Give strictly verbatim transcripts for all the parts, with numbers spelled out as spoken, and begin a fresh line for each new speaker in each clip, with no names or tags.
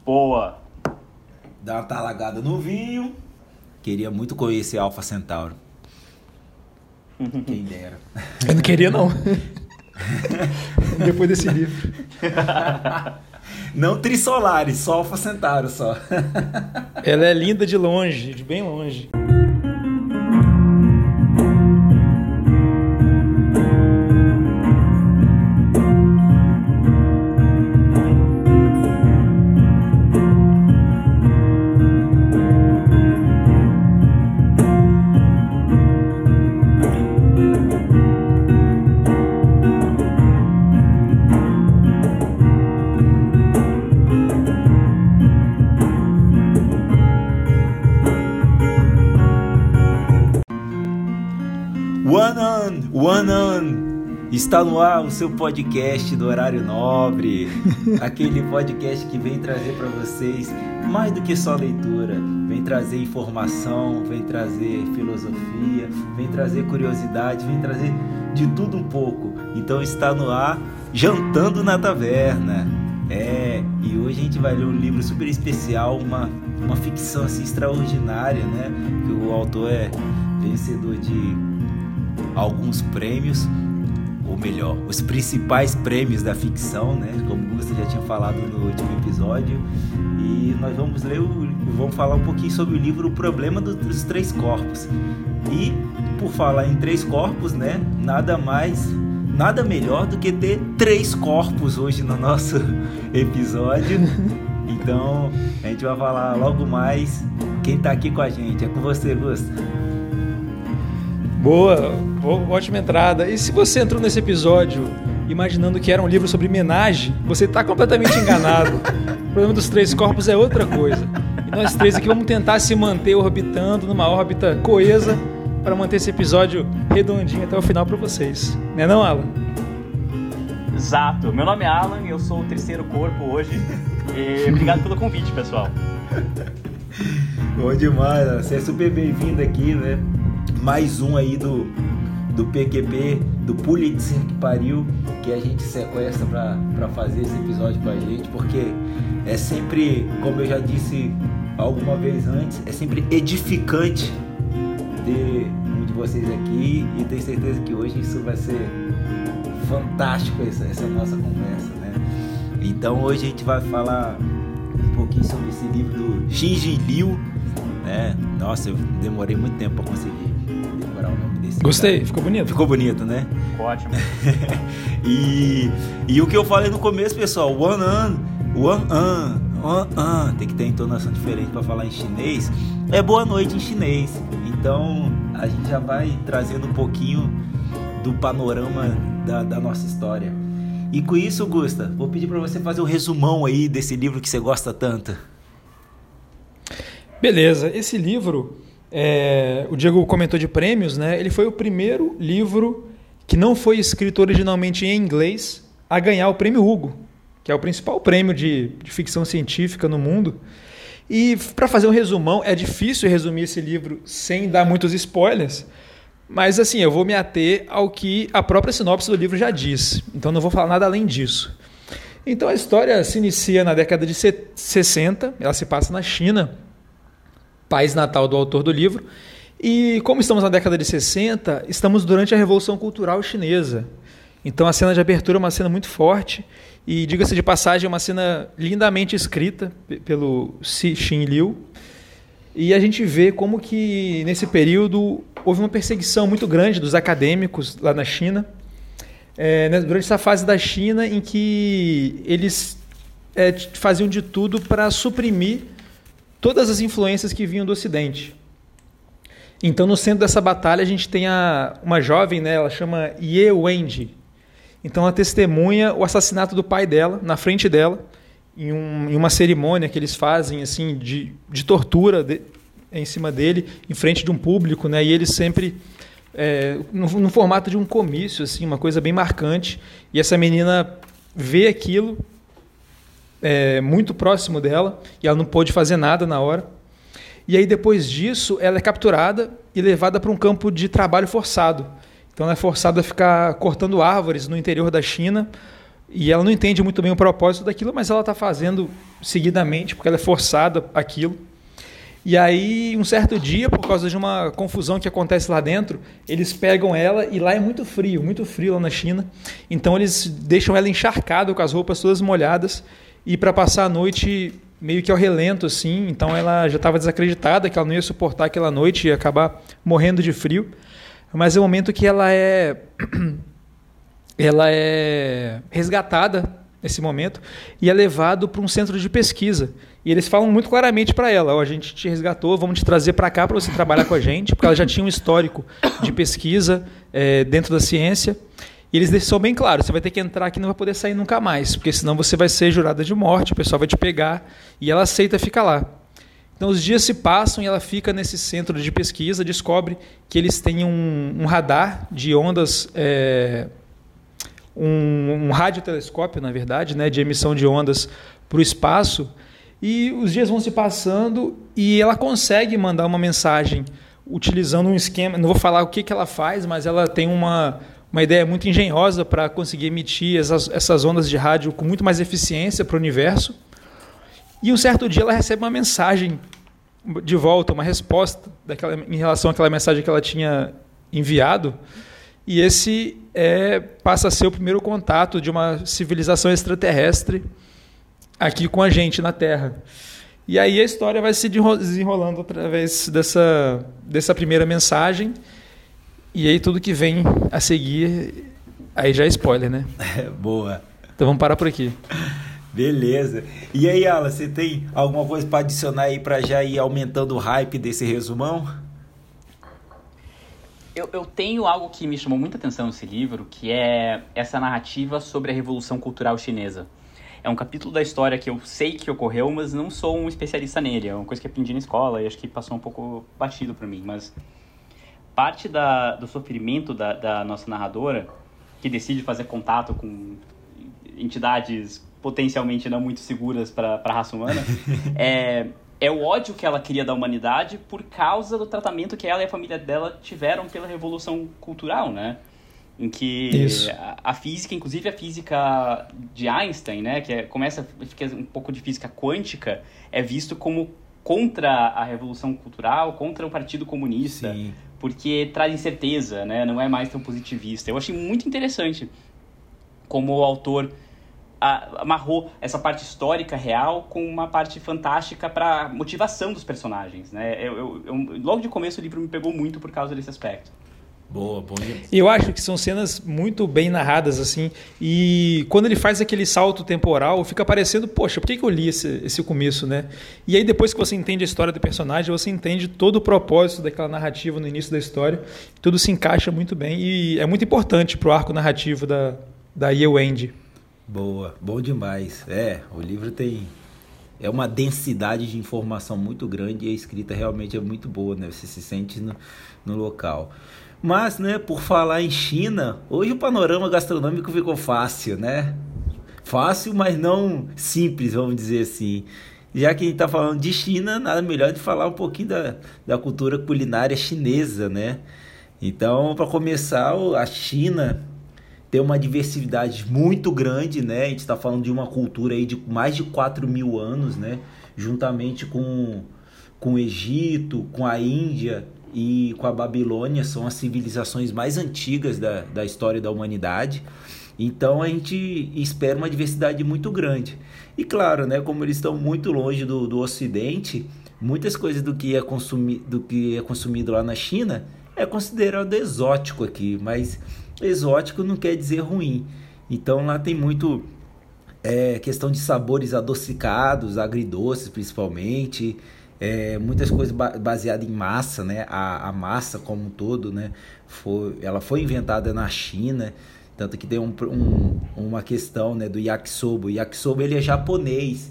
Boa.
Dá uma talagada no vinho. Queria muito conhecer Alpha Centauro. Quem dera.
Eu não queria, não. Depois desse livro.
Não Trisolares, só Alpha Centauro só.
Ela é linda de longe, de bem longe.
One on, one on. Está no ar o seu podcast do Horário Nobre. Aquele podcast que vem trazer para vocês mais do que só leitura. Vem trazer informação, vem trazer filosofia, vem trazer curiosidade, vem trazer de tudo um pouco. Então está no ar Jantando na Taverna. É, e hoje a gente vai ler um livro super especial, uma, uma ficção assim extraordinária, né? Que o autor é vencedor de alguns prêmios, ou melhor, os principais prêmios da ficção, né? Como o Gusta já tinha falado no último episódio. E nós vamos ler o, vamos falar um pouquinho sobre o livro O Problema dos Três Corpos. E por falar em três corpos, né? Nada mais, nada melhor do que ter três corpos hoje no nosso episódio. Então a gente vai falar logo mais. Quem tá aqui com a gente é com você, Gusta.
Boa, ótima entrada. E se você entrou nesse episódio imaginando que era um livro sobre homenagem, você está completamente enganado. O Problema dos Três Corpos é outra coisa. E nós três aqui vamos tentar se manter orbitando numa órbita coesa para manter esse episódio redondinho até o final para vocês. Não é não, Alan?
Exato. Meu nome é Alan e eu sou o terceiro corpo hoje. E obrigado pelo convite, pessoal.
Bom demais, você é super bem-vindo aqui, né? Mais um aí do, do P Q P, do Pulitzer que pariu, que a gente sequestra para fazer esse episódio com a gente, porque é sempre, como eu já disse alguma vez antes, é sempre edificante ter um de vocês aqui, e tenho certeza que hoje isso vai ser fantástico, essa, essa nossa conversa, né? Então hoje a gente vai falar um pouquinho sobre esse livro do Xinji Liu, né? Nossa, eu demorei muito tempo para conseguir decorar o nome desse.
Gostei,
cara.
Ficou bonito.
Ficou bonito, né?
Ótimo.
e, e o que eu falei no começo, pessoal, one an, one an, one an, tem que ter entonação diferente para falar em chinês, é boa noite em chinês. Então a gente já vai trazendo um pouquinho do panorama da, da nossa história. E com isso, Gusta, vou pedir para você fazer um resumão aí desse livro que você gosta tanto.
Beleza, esse livro, é, o Diego comentou de prêmios, né? Ele foi o primeiro livro que não foi escrito originalmente em inglês a ganhar o prêmio Hugo, que é o principal prêmio de, de ficção científica no mundo. E para fazer um resumão, é difícil resumir esse livro sem dar muitos spoilers, mas assim, eu vou me ater ao que a própria sinopse do livro já diz, então não vou falar nada além disso. Então a história se inicia na década de sessenta, ela se passa na China, país natal do autor do livro, e como estamos na década de sessenta, estamos durante a Revolução Cultural Chinesa. Então a cena de abertura é uma cena muito forte, e diga-se de passagem, é uma cena lindamente escrita pelo Xinji Liu, e a gente vê como que nesse período houve uma perseguição muito grande dos acadêmicos lá na China, é, né, durante essa fase da China em que eles é, faziam de tudo para suprimir todas as influências que vinham do Ocidente. Então, no centro dessa batalha, a gente tem a, uma jovem, né, ela chama Ye Wenji. Então, ela testemunha o assassinato do pai dela, na frente dela, em, um, em uma cerimônia que eles fazem assim, de, de tortura de, em cima dele, em frente de um público, né, e eles sempre é, no, no formato de um comício, assim, uma coisa bem marcante. E essa menina vê aquilo, É, muito próximo dela, e ela não pôde fazer nada na hora. E aí, depois disso, ela é capturada e levada para um campo de trabalho forçado. Então, ela é forçada a ficar cortando árvores no interior da China E ela não entende muito bem o propósito daquilo, mas ela está fazendo seguidamente, porque ela é forçada àquilo. E aí, um certo dia, por causa de uma confusão que acontece lá dentro, eles pegam ela, e lá é muito frio, muito frio lá na China. Então eles deixam ela encharcada, com as roupas todas molhadas, e para passar a noite meio que ao relento, assim. Então ela já estava desacreditada que ela não ia suportar aquela noite e ia acabar morrendo de frio. Mas é o momento que ela é... ela é resgatada nesse momento e é levado para um centro de pesquisa. E eles falam muito claramente para ela, oh, a gente te resgatou, vamos te trazer para cá para você trabalhar com a gente, porque ela já tinha um histórico de pesquisa é, dentro da ciência. E eles deixam bem claro, você vai ter que entrar aqui e não vai poder sair nunca mais, porque senão você vai ser jurada de morte, o pessoal vai te pegar, e ela aceita ficar lá. Então os dias se passam e ela fica nesse centro de pesquisa, descobre que eles têm um, um radar de ondas... É, um, um radiotelescópio, na verdade, né, de emissão de ondas para o espaço, e os dias vão se passando e ela consegue mandar uma mensagem utilizando um esquema, não vou falar o que, que ela faz, mas ela tem uma, uma ideia muito engenhosa para conseguir emitir essas, essas ondas de rádio com muito mais eficiência para o universo. E um certo dia ela recebe uma mensagem de volta, uma resposta daquela, em relação àquela mensagem que ela tinha enviado. E esse é, passa a ser o primeiro contato de uma civilização extraterrestre aqui com a gente na Terra. E aí a história vai se desenrolando através dessa, dessa primeira mensagem. E aí tudo que vem a seguir, aí já é spoiler, né?
Boa.
Então vamos parar por aqui.
Beleza. E aí, Alan, você tem alguma coisa para adicionar aí para já ir aumentando o hype desse resumão?
Eu, eu tenho algo que me chamou muita atenção nesse livro, que é essa narrativa sobre a Revolução Cultural Chinesa. É um capítulo da história que eu sei que ocorreu, mas não sou um especialista nele. É uma coisa que aprendi na escola e acho que passou um pouco batido para mim. Mas parte da, do sofrimento da, da nossa narradora, que decide fazer contato com entidades potencialmente não muito seguras para a raça humana, é... é o ódio que ela cria da humanidade por causa do tratamento que ela e a família dela tiveram pela Revolução Cultural, né? Em que a, a física, inclusive a física de Einstein, né? Que é, começa a ficar um pouco de física quântica, é visto como contra a Revolução Cultural, contra o Partido Comunista, Sim. porque traz incerteza, né? Não é mais tão positivista. Eu achei muito interessante como o autor amarrou essa parte histórica real com uma parte fantástica para motivação dos personagens, né? Eu, eu, eu, logo de começo o livro me pegou muito por causa desse aspecto.
Boa, bom dia.
Eu acho que são cenas muito bem narradas, assim, e quando ele faz aquele salto temporal, fica parecendo, poxa, por que, que eu li esse, esse começo, né? E aí depois que você entende a história do personagem, você entende todo o propósito daquela narrativa no início da história, tudo se encaixa muito bem e é muito importante para o arco narrativo da, da Ye Wendy.
Boa, bom demais. É, o livro tem é uma densidade de informação muito grande e a escrita realmente é muito boa, né? Você se sente no, no local. Mas, né, por falar em China, hoje o panorama gastronômico ficou fácil, né? Fácil, mas não simples, vamos dizer assim. Já que a gente está falando de China, nada melhor de falar um pouquinho da, da cultura culinária chinesa, né? Então, para começar, a China tem uma diversidade muito grande, né? A gente está falando de uma cultura aí de mais de quatro mil anos, né? Juntamente com, com o Egito, com a Índia e com a Babilônia, são as civilizações mais antigas da, da história da humanidade. Então a gente espera uma diversidade muito grande. E claro, né, como eles estão muito longe do, do Ocidente, muitas coisas do que, é consumi, do que é consumido lá na China é considerado exótico aqui, mas exótico não quer dizer ruim. Então lá tem muito é, questão de sabores adocicados, agridoces principalmente, é, muitas coisas ba- baseadas em massa, né? A, a massa como um todo, né? Foi, ela foi inventada na China, tanto que tem um, um, uma questão, né, do yakisoba. O yakisoba ele é japonês,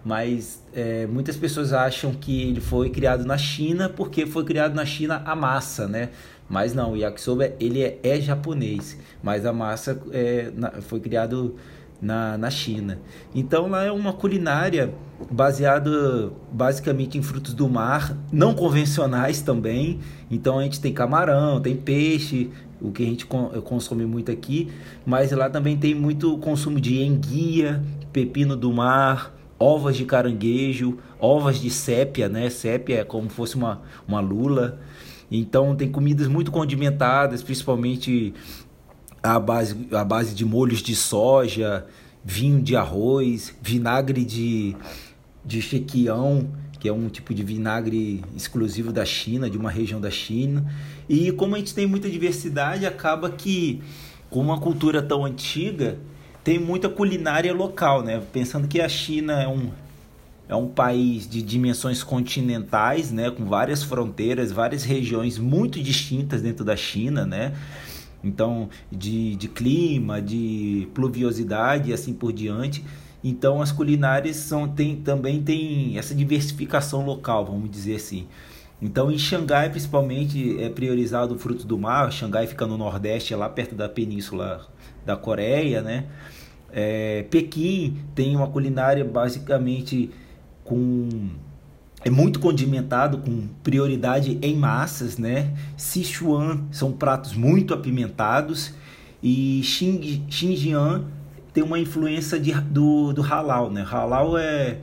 mas é, muitas pessoas acham que ele foi criado na China porque foi criado na China a massa, né? Mas não, o yakisoba ele é, é japonês, mas a massa é, na, foi criado na, na China. Então lá é uma culinária baseado basicamente em frutos do mar, não convencionais também. Então a gente tem camarão, tem peixe, o que a gente consome muito aqui, mas lá também tem muito consumo de enguia, pepino do mar, ovas de caranguejo, ovas de sépia, né? Sépia é como se fosse uma, uma lula. Então tem comidas muito condimentadas, principalmente à base, à base de molhos de soja, vinho de arroz, vinagre de, de chequião, que é um tipo de vinagre exclusivo da China, de uma região da China. E como a gente tem muita diversidade, acaba que, com uma cultura tão antiga, tem muita culinária local, né? Pensando que a China é um, é um país de dimensões continentais, né? Com várias fronteiras, várias regiões muito distintas dentro da China, né? Então, de, de clima, de pluviosidade e assim por diante. Então, as culinárias são, tem, também tem essa diversificação local, vamos dizer assim. Então, em Xangai, principalmente, é priorizado o fruto do mar. Xangai fica no Nordeste, é lá perto da península da Coreia, né? É, Pequim tem uma culinária basicamente com... é muito condimentado, com prioridade em massas, né? Sichuan são pratos muito apimentados. E Xing, Xinjiang tem uma influência de, do, do halal, né? Halal é,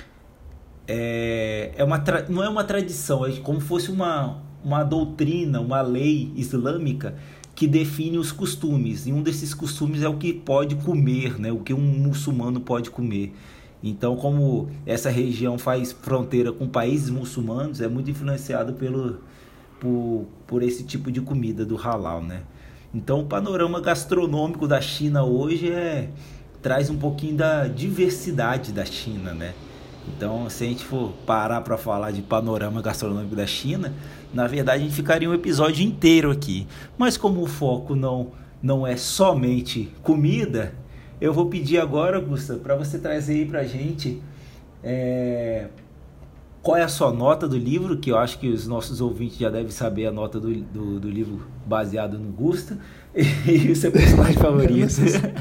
é, é uma, não é uma tradição, é como se fosse uma, uma doutrina, uma lei islâmica que define os costumes. E um desses costumes é o que pode comer, né? O que um muçulmano pode comer. Então, como essa região faz fronteira com países muçulmanos, é muito influenciado pelo, por, por esse tipo de comida do halal, né? Então, o panorama gastronômico da China hoje é, traz um pouquinho da diversidade da China, né? Então, se a gente for parar para falar de panorama gastronômico da China, na verdade a gente ficaria um episódio inteiro aqui. Mas como o foco não, não é somente comida, eu vou pedir agora, Gustavo, para você trazer aí para a gente é, qual é a sua nota do livro, que eu acho que os nossos ouvintes já devem saber a nota do, do, do livro baseado no Gusta, e o seu personagem favorito.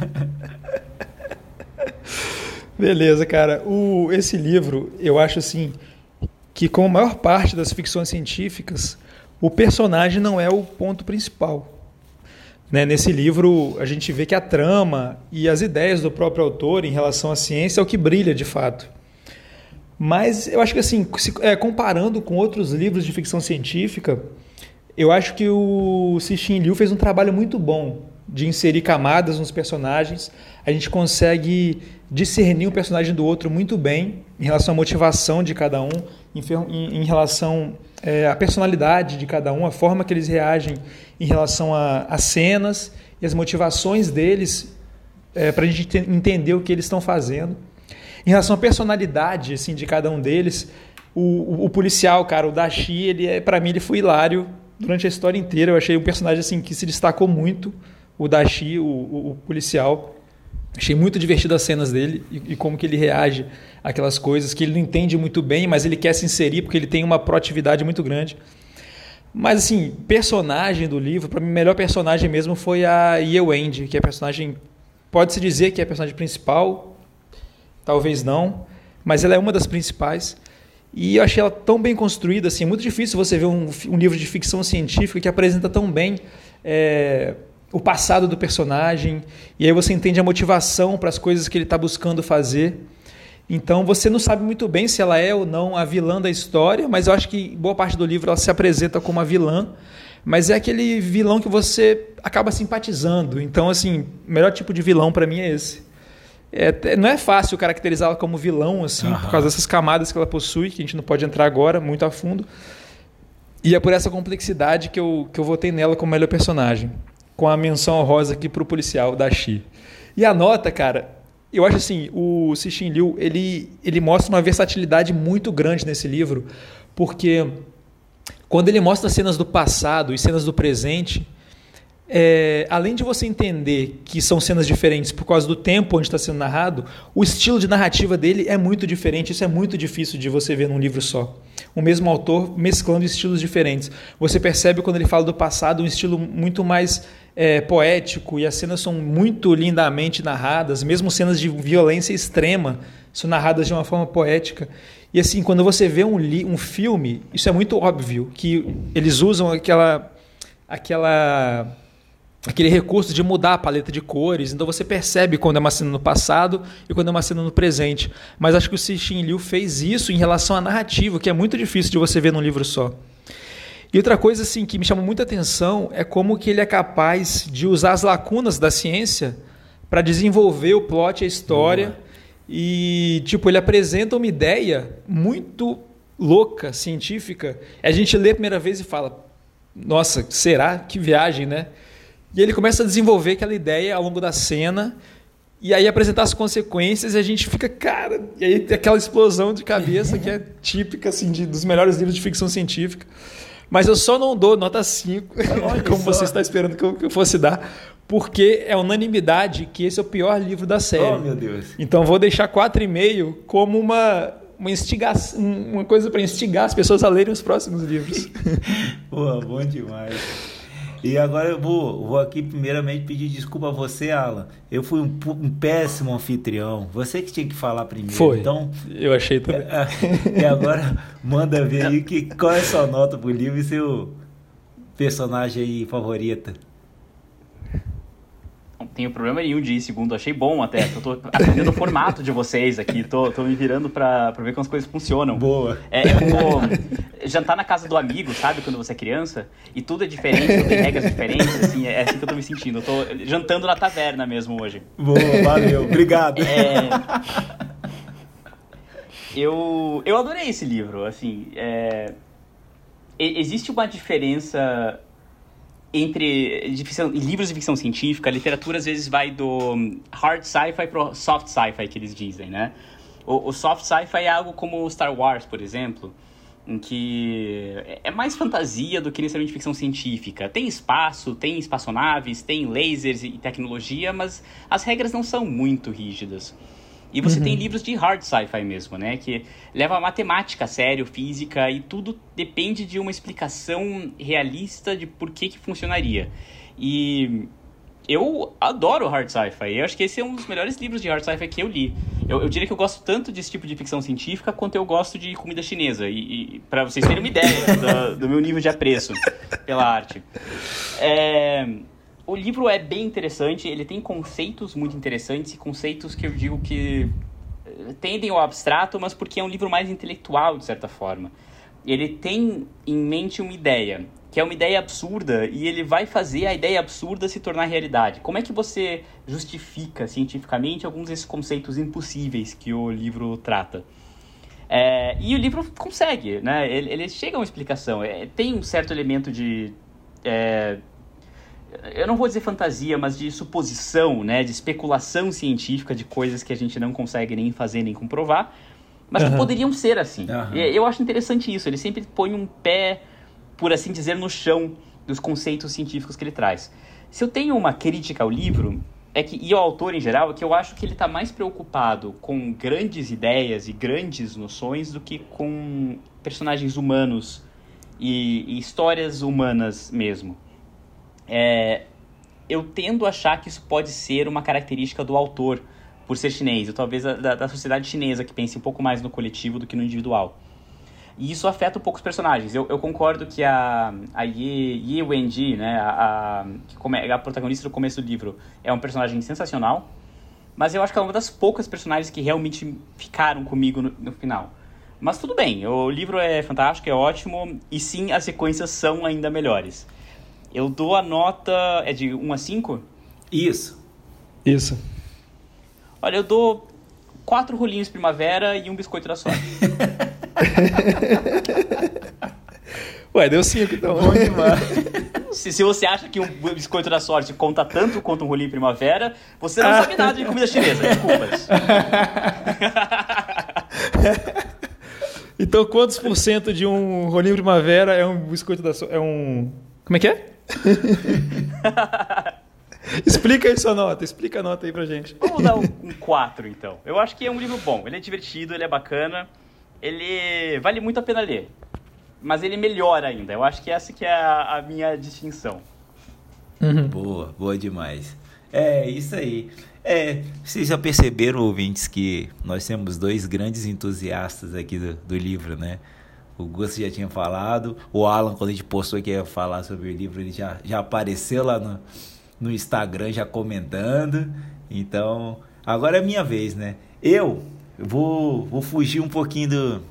Beleza, cara. O, esse livro, eu acho assim, que como a maior parte das ficções científicas, o personagem não é o ponto principal. Né? Nesse livro, a gente vê que a trama e as ideias do próprio autor em relação à ciência é o que brilha de fato. Mas eu acho que, assim, se, é, comparando com outros livros de ficção científica, eu acho que o Cixin Liu fez um trabalho muito bom de inserir camadas nos personagens. A gente consegue discernir um personagem do outro muito bem em relação à motivação de cada um, em, em, em relação é, à personalidade de cada um, a forma que eles reagem em relação às cenas e as motivações deles, é, para a gente entender o que eles estão fazendo. Em relação à personalidade assim, de cada um deles, o, o, o policial, cara, o Dashi, ele é, para mim ele foi hilário durante a história inteira. Eu achei um personagem assim, que se destacou muito, o Dashi, o, o, o policial. Achei muito divertido as cenas dele e, e como que ele reage àquelas coisas que ele não entende muito bem, mas ele quer se inserir porque ele tem uma proatividade muito grande. Mas assim, personagem do livro, para mim, o melhor personagem mesmo foi a Ye Wendy, que é a personagem, pode-se dizer que é a personagem principal, talvez não, mas ela é uma das principais. E eu achei ela tão bem construída, assim, é muito difícil você ver um, um livro de ficção científica que apresenta tão bem é, o passado do personagem, e aí você entende a motivação para as coisas que ele está buscando fazer. Então você não sabe muito bem se ela é ou não a vilã da história, mas eu acho que boa parte do livro ela se apresenta como a vilã, mas é aquele vilão que você acaba simpatizando. Então, assim, o melhor tipo de vilão para mim é esse. É, não é fácil caracterizá-la como vilão, assim, uhum. por causa dessas camadas que ela possui, que a gente não pode entrar agora muito a fundo. E é por essa complexidade que eu, que eu votei nela como melhor personagem, com a menção honrosa aqui para o policial, Dashi. E a nota, cara, eu acho assim, o Cixin Liu, ele, ele mostra uma versatilidade muito grande nesse livro, porque quando ele mostra cenas do passado e cenas do presente, é, além de você entender que são cenas diferentes por causa do tempo onde está sendo narrado, o estilo de narrativa dele é muito diferente. Isso é muito difícil de você ver num livro só. O mesmo autor mesclando estilos diferentes. Você percebe quando ele fala do passado um estilo muito mais é, poético, e as cenas são muito lindamente narradas, mesmo cenas de violência extrema são narradas de uma forma poética. E assim, quando você vê um, li- um filme, isso é muito óbvio, que eles usam aquela, aquela, aquele recurso de mudar a paleta de cores, então você percebe quando é uma cena no passado e quando é uma cena no presente. Mas acho que o Cixin Liu fez isso em relação à narrativa, que é muito difícil de você ver num livro só. E outra coisa assim, que me chamou muita atenção é como que ele é capaz de usar as lacunas da ciência para desenvolver o plot, a história. Boa. E, tipo, ele apresenta uma ideia muito louca, científica. A gente lê a primeira vez e fala, nossa, será? Que viagem, né? E ele começa a desenvolver aquela ideia ao longo da cena, e aí apresentar as consequências, e a gente fica, cara... E aí tem aquela explosão de cabeça que é típica, assim, de, dos melhores livros de ficção científica. Mas eu só não dou nota cinco, como você está esperando que eu, que eu fosse dar, porque é unanimidade que esse é o pior livro da série.
Oh, meu Deus.
Então vou deixar quatro e meio como uma, uma, instiga- uma coisa para instigar as pessoas a lerem os próximos livros.
Pô, bom demais. E agora eu vou, vou aqui primeiramente pedir desculpa a você, Alan. Eu fui um, um péssimo anfitrião. Você que tinha que falar primeiro.
Foi,
então,
eu achei também.
E agora manda ver aí que, qual é a sua nota pro livro e seu personagem aí favorita.
Não tenho problema nenhum de ir segundo, achei bom até. Eu tô aprendendo o formato de vocês aqui, tô, tô me virando pra, pra ver como as coisas funcionam.
Boa.
É, eu vou jantar na casa do amigo, sabe, quando você é criança, e tudo é diferente, tudo tem regras diferentes, assim, é assim que eu tô me sentindo. Eu tô jantando na taverna mesmo hoje.
Boa, valeu, obrigado.
É, eu, eu adorei esse livro, assim, é, existe uma diferença... entre de ficção, livros de ficção científica, a literatura às vezes vai do hard sci-fi pro soft sci-fi, que eles dizem, né? O, o soft sci-fi é algo como Star Wars, por exemplo, em que é mais fantasia do que necessariamente ficção científica. Tem espaço, tem espaçonaves, tem lasers e tecnologia, mas as regras não são muito rígidas. E você uhum. tem livros de hard sci-fi mesmo, né? Que leva a matemática a sério, física, e tudo depende de uma explicação realista de por que que funcionaria. E eu adoro hard sci-fi. Eu acho que esse é um dos melhores livros de hard sci-fi que eu li. Eu, eu diria que eu gosto tanto desse tipo de ficção científica quanto eu gosto de comida chinesa. E, e para vocês terem uma ideia do, do meu nível de apreço pela arte. É... O livro é bem interessante, ele tem conceitos muito interessantes, e conceitos que eu digo que tendem ao abstrato, mas porque é um livro mais intelectual, de certa forma. Ele tem em mente uma ideia, que é uma ideia absurda, e ele vai fazer a ideia absurda se tornar realidade. Como é que você justifica cientificamente alguns desses conceitos impossíveis que o livro trata? É, e o livro consegue, né? Ele, ele chega a uma explicação. É, tem um certo elemento de... É, eu não vou dizer fantasia, mas de suposição, né, de especulação científica de coisas que a gente não consegue nem fazer nem comprovar, mas uhum. que poderiam ser assim. Uhum. Eu acho interessante isso, ele sempre põe um pé, por assim dizer, no chão dos conceitos científicos que ele traz. Se eu tenho uma crítica ao livro, é que, e ao autor em geral, é que eu acho que ele está mais preocupado com grandes ideias e grandes noções do que com personagens humanos e, e histórias humanas mesmo. É, eu tendo a achar que isso pode ser uma característica do autor, por ser chinês, ou talvez da, da sociedade chinesa, que pense um pouco mais no coletivo do que no individual. E isso afeta um pouco os personagens. Eu, eu concordo que a, a Ye, Ye Wenji, né, a, a, que come, a protagonista do começo do livro, é um personagem sensacional, mas eu acho que ela é uma das poucas personagens que realmente ficaram comigo no, no final. Mas tudo bem, o livro é fantástico, é ótimo, e sim, as sequências são ainda melhores. Eu dou a nota... É de um a cinco?
Isso.
Isso.
Olha, eu dou quatro rolinhos primavera e um biscoito da sorte.
Ué, deu cinco então.
Bom demais.
Se, se você acha que um biscoito da sorte conta tanto quanto um rolinho primavera, você não sabe nada de comida chinesa. Desculpas.
Então, quantos por cento de um rolinho primavera é um biscoito da sorte? É um... Como é que é? Explica aí sua nota, explica a nota aí pra gente.
Vamos dar um quatro, então. Eu acho que é um livro bom, ele é divertido, ele é bacana, ele vale muito a pena ler. Mas ele melhora ainda, eu acho que essa que é a, a minha distinção.
Uhum. Boa, boa demais. É, isso aí. É, vocês já perceberam, ouvintes, que nós temos dois grandes entusiastas aqui do, do livro, né? O Gusto já tinha falado, o Alan, quando a gente postou que ia falar sobre o livro, ele já, já apareceu lá no, no Instagram, já comentando. Então, agora é minha vez, né? Eu vou, vou fugir um pouquinho do,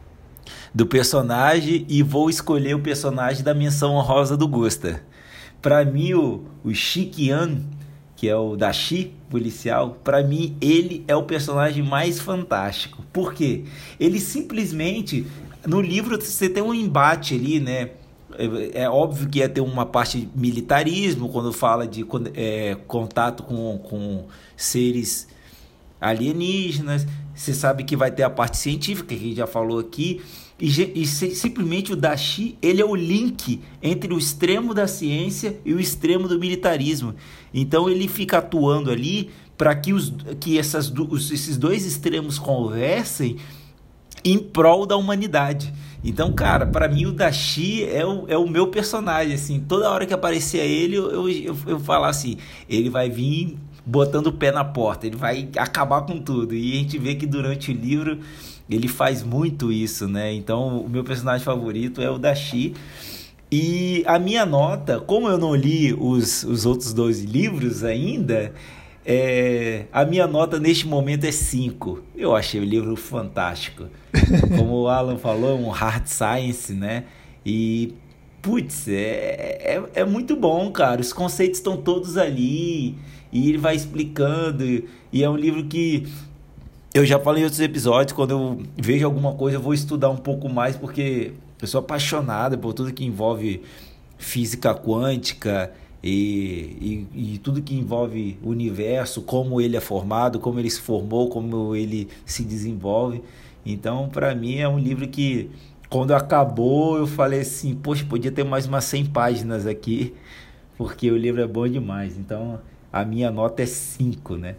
do personagem e vou escolher o personagem da menção honrosa do Gusta. Para mim, o, o Shikian, que é o Dashi, policial, para mim ele é o personagem mais fantástico. Por quê? Ele simplesmente, no livro você tem um embate ali, né? É, é óbvio que ia ter uma parte de militarismo, quando fala de é, contato com, com seres alienígenas. Você sabe que vai ter a parte científica, que a gente já falou aqui. E, e simplesmente o Dashi, ele é o link entre o extremo da ciência e o extremo do militarismo. Então ele fica atuando ali para que, os, que essas, os, esses dois extremos conversem em prol da humanidade. Então, cara, para mim o Dashi é o, é o meu personagem. Assim, toda hora que aparecia ele, eu, eu, eu, eu falo assim, ele vai vir botando o pé na porta, ele vai acabar com tudo. E a gente vê que durante o livro ele faz muito isso, né? Então, o meu personagem favorito é o Dashi. E a minha nota, como eu não li os, os outros dois livros ainda, é, a minha nota neste momento é cinco. Eu achei o livro fantástico. Como o Alan falou, é um hard science, né? E, putz, é, é, é muito bom, cara. Os conceitos estão todos ali e ele vai explicando. E é um livro que eu já falei em outros episódios, quando eu vejo alguma coisa eu vou estudar um pouco mais, porque eu sou apaixonado por tudo que envolve física quântica e, e, e tudo que envolve o universo, como ele é formado, como ele se formou, como ele se desenvolve. Então, para mim, é um livro que, quando acabou, eu falei assim, poxa, podia ter mais umas cem páginas aqui, porque o livro é bom demais. Então, a minha nota é cinco, né?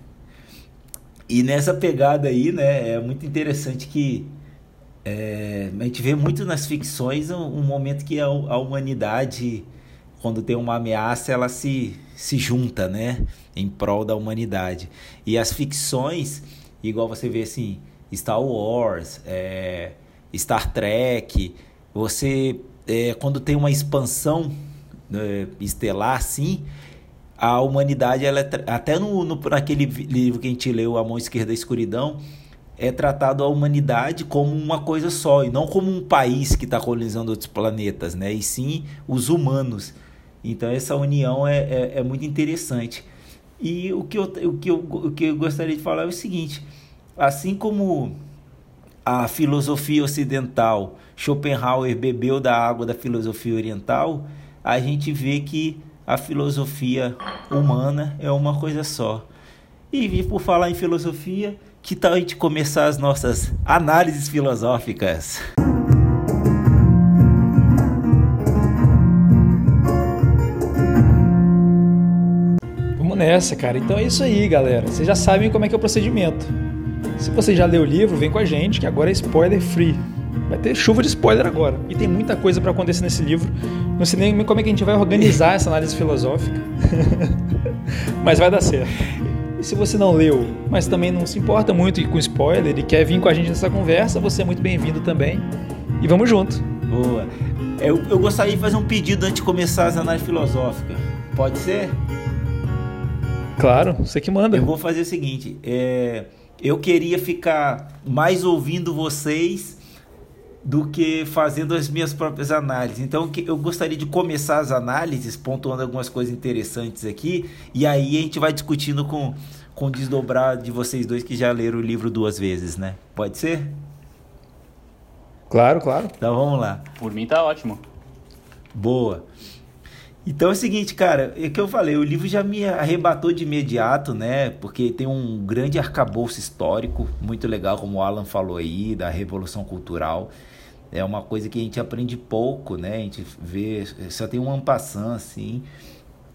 E nessa pegada aí, né, é muito interessante que é, a gente vê muito nas ficções um, um momento que a, a humanidade, quando tem uma ameaça, ela se, se junta, né, em prol da humanidade. E as ficções, igual você vê assim, Star Wars, é, Star Trek, você, é, quando tem uma expansão é, estelar assim, a humanidade, ela é, até no, no, naquele livro que a gente leu, A Mão Esquerda da Escuridão, é tratado a humanidade como uma coisa só, e não como um país que está colonizando outros planetas, né? E sim os humanos. Então essa união é, é, é muito interessante. E o que, eu, o, que eu, o que eu gostaria de falar é o seguinte, assim como a filosofia ocidental, Schopenhauer bebeu da água da filosofia oriental, a gente vê que a filosofia humana é uma coisa só. E por falar em filosofia, que tal a gente começar as nossas análises filosóficas?
Vamos nessa, cara. Então é isso aí, galera. Vocês já sabem como é que é o procedimento. Se você já leu o livro, vem com a gente, que agora é spoiler free. Vai ter chuva de spoiler agora. E tem muita coisa para acontecer nesse livro. Não sei nem como é que a gente vai organizar essa análise filosófica. Mas vai dar certo. E se você não leu, mas também não se importa muito com spoiler e quer vir com a gente nessa conversa, você é muito bem-vindo também. E vamos junto.
Boa. Eu, eu gostaria de fazer um pedido antes de começar as análises filosóficas. Pode ser?
Claro, você que manda.
Eu vou fazer o seguinte. É, eu queria ficar mais ouvindo vocês do que fazendo as minhas próprias análises. Então eu gostaria de começar as análises pontuando algumas coisas interessantes aqui, e aí a gente vai discutindo com, com o desdobrar de vocês dois que já leram o livro duas vezes, né? Pode ser?
Claro, claro.
Então vamos lá.
Por mim tá ótimo.
Boa. Então é o seguinte, cara, é que eu falei, o livro já me arrebatou de imediato, né? Porque tem um grande arcabouço histórico, muito legal, como o Alan falou aí, da Revolução Cultural. É uma coisa que a gente aprende pouco, né? A gente vê, só tem um en passant, assim.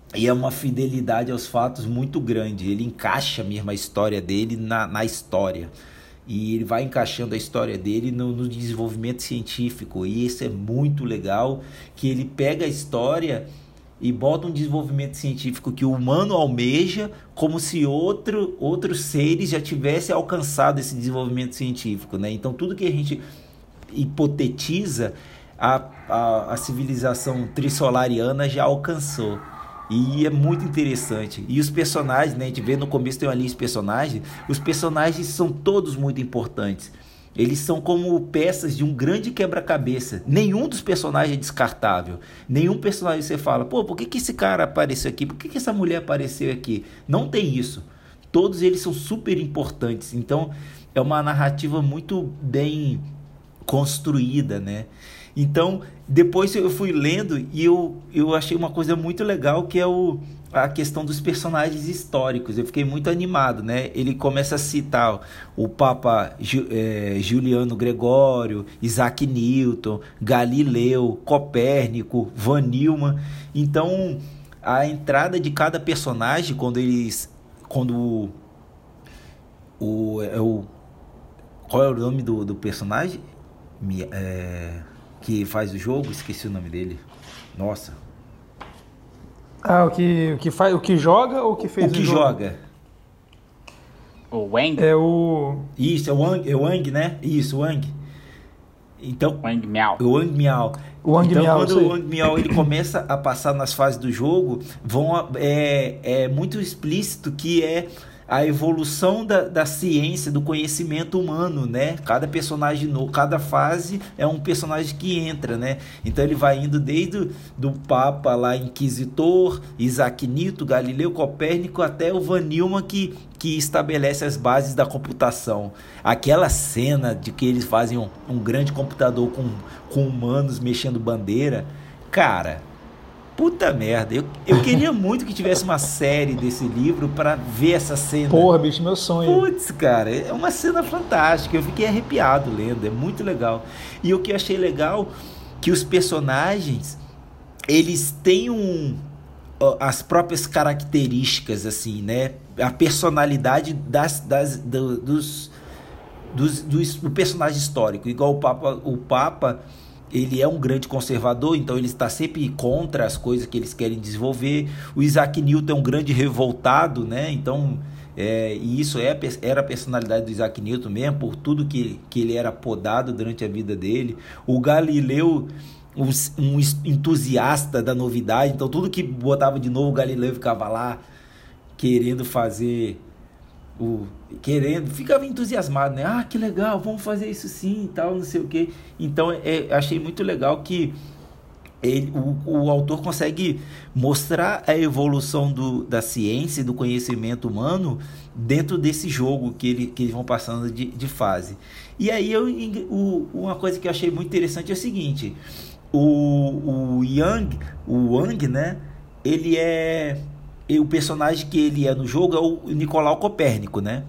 E é uma fidelidade aos fatos muito grande. Ele encaixa mesmo a história dele na, na história. E ele vai encaixando a história dele no, no desenvolvimento científico. E isso é muito legal, que ele pega a história e bota um desenvolvimento científico que o humano almeja, como se outro, outros seres já tivessem alcançado esse desenvolvimento científico, né? Então tudo que a gente hipotetiza, a, a, a civilização trissolariana já alcançou. E é muito interessante. E os personagens, né, a gente vê no começo tem uma lista de personagens. Os personagens são todos muito importantes. Eles são como peças de um grande quebra-cabeça. Nenhum dos personagens é descartável. Nenhum personagem você fala, pô, por que, que esse cara apareceu aqui? Por que, que essa mulher apareceu aqui? Não tem isso. Todos eles são super importantes. Então é uma narrativa muito bem construída, né? Então, depois eu fui lendo e eu, eu achei uma coisa muito legal, que é o, a questão dos personagens históricos. Eu fiquei muito animado, né? Ele começa a citar o Papa é, Juliano Gregório, Isaac Newton, Galileu, Copérnico, Van Neumann. Então, a entrada de cada personagem, quando eles... Quando o... É o qual é o nome do, do personagem? É... que faz o jogo, esqueci o nome dele. Nossa.
Ah, o que, o que, faz, o que joga ou o que fez o,
o que
jogo?
joga?
O Wang?
É o...
Isso, é o Wang, é o Wang, né? Isso, o Wang. Então,
Wang Miao.
O Wang Miao.
O Wang
então,
Miao,
quando o Wang Miao ele começa a passar nas fases do jogo, vão, é, é muito explícito que é a evolução da, da ciência, do conhecimento humano, né? Cada personagem, no, cada fase é um personagem que entra, né? Então ele vai indo desde o, do Papa lá, Inquisitor, Isaac Newton, Galileu, Copérnico, até o Van Neumann que, que estabelece as bases da computação. Aquela cena de que eles fazem um, um grande computador com, com humanos mexendo bandeira, cara... Puta merda, eu, eu queria muito que tivesse uma série desse livro para ver essa cena.
Porra, bicho, meu sonho.
Putz, cara, é uma cena fantástica, eu fiquei arrepiado lendo, é muito legal. E o que eu achei legal, que os personagens, eles têm um, as próprias características, assim, né? A personalidade das, das, do, dos, dos, dos, do personagem histórico, igual o Papa... O Papa ele é um grande conservador, então ele está sempre contra as coisas que eles querem desenvolver. O Isaac Newton é um grande revoltado, né? Então, é, e isso é, era a personalidade do Isaac Newton mesmo, por tudo que, que ele era podado durante a vida dele. O Galileu, um, um entusiasta da novidade, então tudo que botava de novo o Galileu ficava lá querendo fazer... O, querendo, ficava entusiasmado, né? Ah, que legal, vamos fazer isso sim e tal, não sei o que. Então, é, achei muito legal que ele, o, o autor consegue mostrar a evolução do, da ciência e do conhecimento humano dentro desse jogo que, ele, que eles vão passando de, de fase. E aí, eu, o, uma coisa que eu achei muito interessante é o seguinte, o, o Yang, o Wang, né? Ele é... E o personagem que ele é no jogo é o Nicolau Copérnico, né?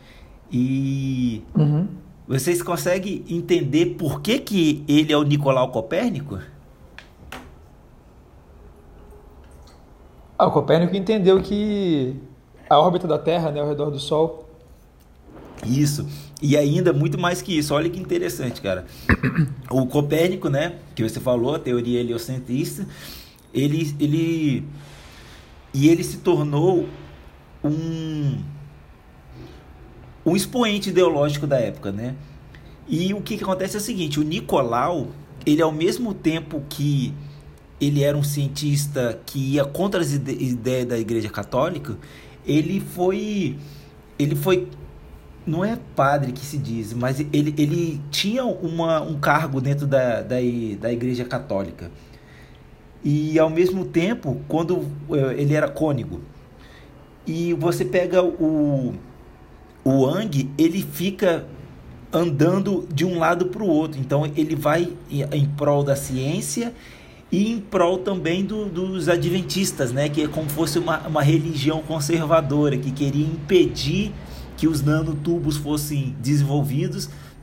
E
uhum.
Vocês conseguem entender por que, que ele é o Nicolau Copérnico?
Ah, o Copérnico entendeu que a órbita da Terra, né, ao redor do Sol.
Isso. E ainda muito mais que isso. Olha que interessante, cara. O Copérnico, né, que você falou, a teoria heliocentrista, ele... ele E ele se tornou um, um expoente ideológico da época, né? E o que, que acontece é o seguinte, o Nicolau, ele ao mesmo tempo que ele era um cientista que ia contra as ide- ideias da Igreja Católica, ele foi, ele foi, não é padre que se diz, mas ele, ele tinha uma, um cargo dentro da, da, da Igreja Católica. E ao mesmo tempo, quando ele era cônego, e você pega o, o Wang, ele fica andando de um lado para o outro, então ele vai em prol da ciência e em prol também do, dos adventistas, né? Que é como se fosse uma, uma religião conservadora, que queria impedir que os nanotubos fossem desenvolvidos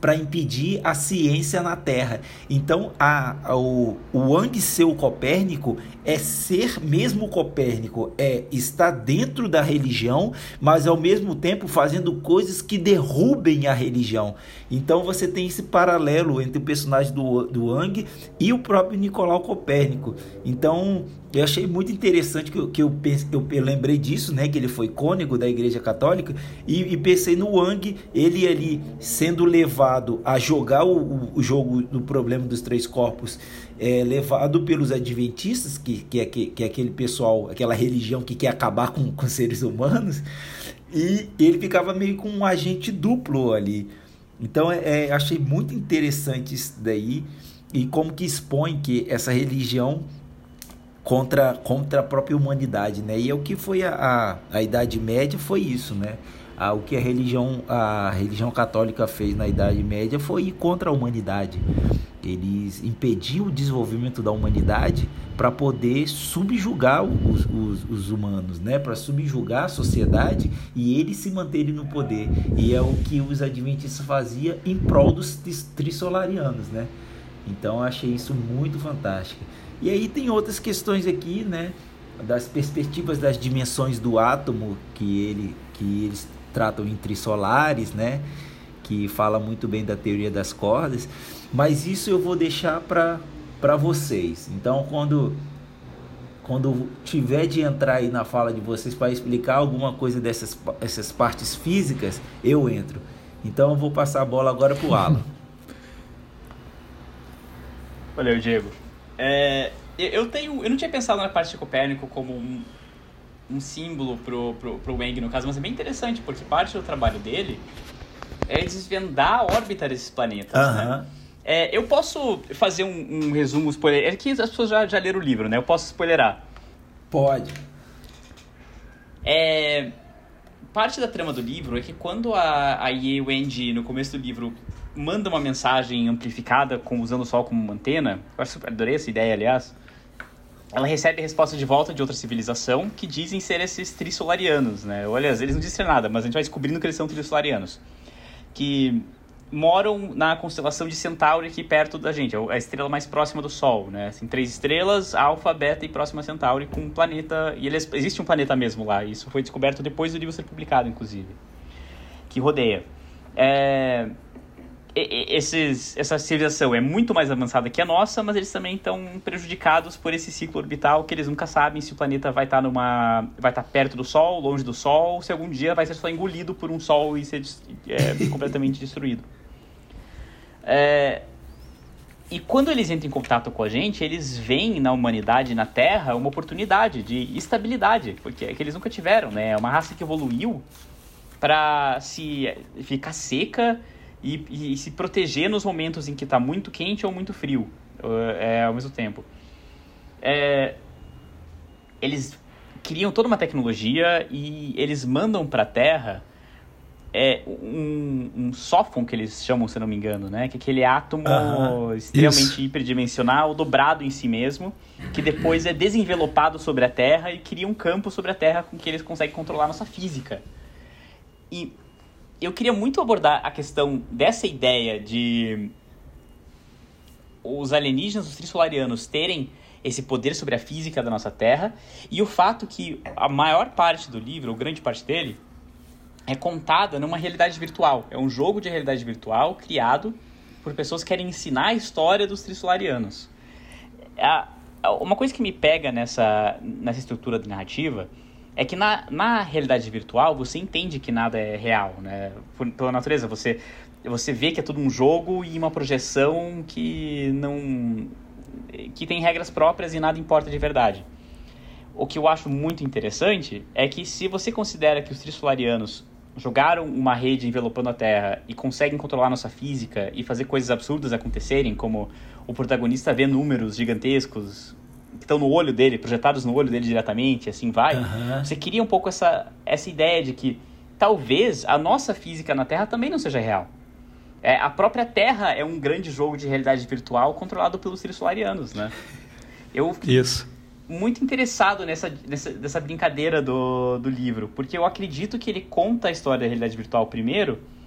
para impedir a ciência na Terra. Então, a, a, o, o Wang ser o Copérnico é ser mesmo Copérnico, é estar dentro da religião, mas ao mesmo tempo fazendo coisas que derrubem a religião. Então você tem esse paralelo entre o personagem do, do Wang e o próprio Nicolau Copérnico. Então eu achei muito interessante que, eu, que eu, eu, eu lembrei disso, né, que ele foi cônego da Igreja Católica, e, e pensei no Wang, ele ali sendo levado a jogar o, o jogo do problema dos três corpos, é, levado pelos adventistas, que, que, é, que, que é aquele pessoal, aquela religião que quer acabar com, com seres humanos, e ele ficava meio com um agente duplo ali. Então é, é, achei muito interessante isso daí, e como que expõe que essa religião contra, contra a própria humanidade, né? E é o que foi a, a, a Idade Média, foi isso, né? Ah, o que a religião, a religião católica fez na Idade Média foi ir contra a humanidade. Eles impediam o desenvolvimento da humanidade para poder subjugar os, os, os humanos, né? Para subjugar a sociedade e eles se manterem no poder. E é o que os adventistas faziam em prol dos trissolarianos, né? Então eu achei isso muito fantástico. E aí tem outras questões aqui, né? Das perspectivas das dimensões do átomo, que, ele, que eles tratam em trissolares, né? Que fala muito bem da teoria das cordas, mas isso eu vou deixar para vocês. Então, quando, quando tiver de entrar aí na fala de vocês para explicar alguma coisa dessas essas partes físicas, eu entro. Então, eu vou passar a bola agora para o Alan.
Valeu, Diego. É, eu, tenho, eu não tinha pensado na parte de Copérnico como um, um símbolo pro, pro, pro Wang, no caso, mas é bem interessante, porque parte do trabalho dele é desvendar a órbita desses planetas, uhum. né? É, eu posso fazer um, um resumo spoiler. É que as pessoas já, já leram o livro, né? Eu posso spoilerar.
Pode.
É, parte da trama do livro é que quando a, a Ye Wenji, no começo do livro, manda uma mensagem amplificada com, usando o Sol como uma antena, eu acho, adorei essa ideia, aliás, ela recebe a resposta de volta de outra civilização que dizem ser esses trissolarianos, né? Olha, eles não dizem nada, mas a gente vai descobrindo que eles são trissolarianos, que moram na constelação de Centauri, aqui perto da gente, a estrela mais próxima do Sol, né? Assim, três estrelas, Alfa, Beta e próxima a Centauri, com um planeta, e eles, existe um planeta mesmo lá, isso foi descoberto depois do livro ser publicado, inclusive, que rodeia. É... Esses, essa civilização é muito mais avançada que a nossa, mas eles também estão prejudicados por esse ciclo orbital, que eles nunca sabem se o planeta vai estar numa, vai estar perto do Sol, longe do Sol, ou se algum dia vai ser só engolido por um Sol e ser é, completamente destruído. É, e quando eles entram em contato com a gente, eles veem na humanidade, na Terra, uma oportunidade de estabilidade, porque é que eles nunca tiveram, né? É uma raça que evoluiu para se ficar seca E, e se proteger nos momentos em que está muito quente ou muito frio, é, ao mesmo tempo. É, eles criam toda uma tecnologia e eles mandam para a Terra é, um, um sófon, que eles chamam, se não me engano, né? Que é aquele átomo uh-huh. extremamente Isso. hiperdimensional, dobrado em si mesmo, que depois é desenvelopado sobre a Terra e cria um campo sobre a Terra com que eles conseguem controlar a nossa física. E eu queria muito abordar a questão dessa ideia de os alienígenas, os trissolarianos, terem esse poder sobre a física da nossa Terra, e o fato que a maior parte do livro, ou grande parte dele, é contada numa realidade virtual. É um jogo de realidade virtual criado por pessoas que querem ensinar a história dos trissolarianos. Uma coisa que me pega nessa, nessa estrutura de narrativa é que na, na realidade virtual você entende que nada é real, né? Por, pela natureza, você, você vê que é tudo um jogo e uma projeção que não que tem regras próprias e nada importa de verdade. O que eu acho muito interessante é que se você considera que os trissolarianos jogaram uma rede envelopando a Terra e conseguem controlar a nossa física e fazer coisas absurdas acontecerem, como o protagonista vê números gigantescos que estão no olho dele, projetados no olho dele diretamente, assim vai. Uhum. Você cria um pouco essa, essa ideia de que talvez a nossa física na Terra também não seja real. É, a própria Terra é um grande jogo de realidade virtual controlado pelos trissolarianos, né? Eu
Isso.
muito interessado nessa, nessa, nessa brincadeira do, do livro, porque eu acredito que ele conta a história da realidade virtual primeiro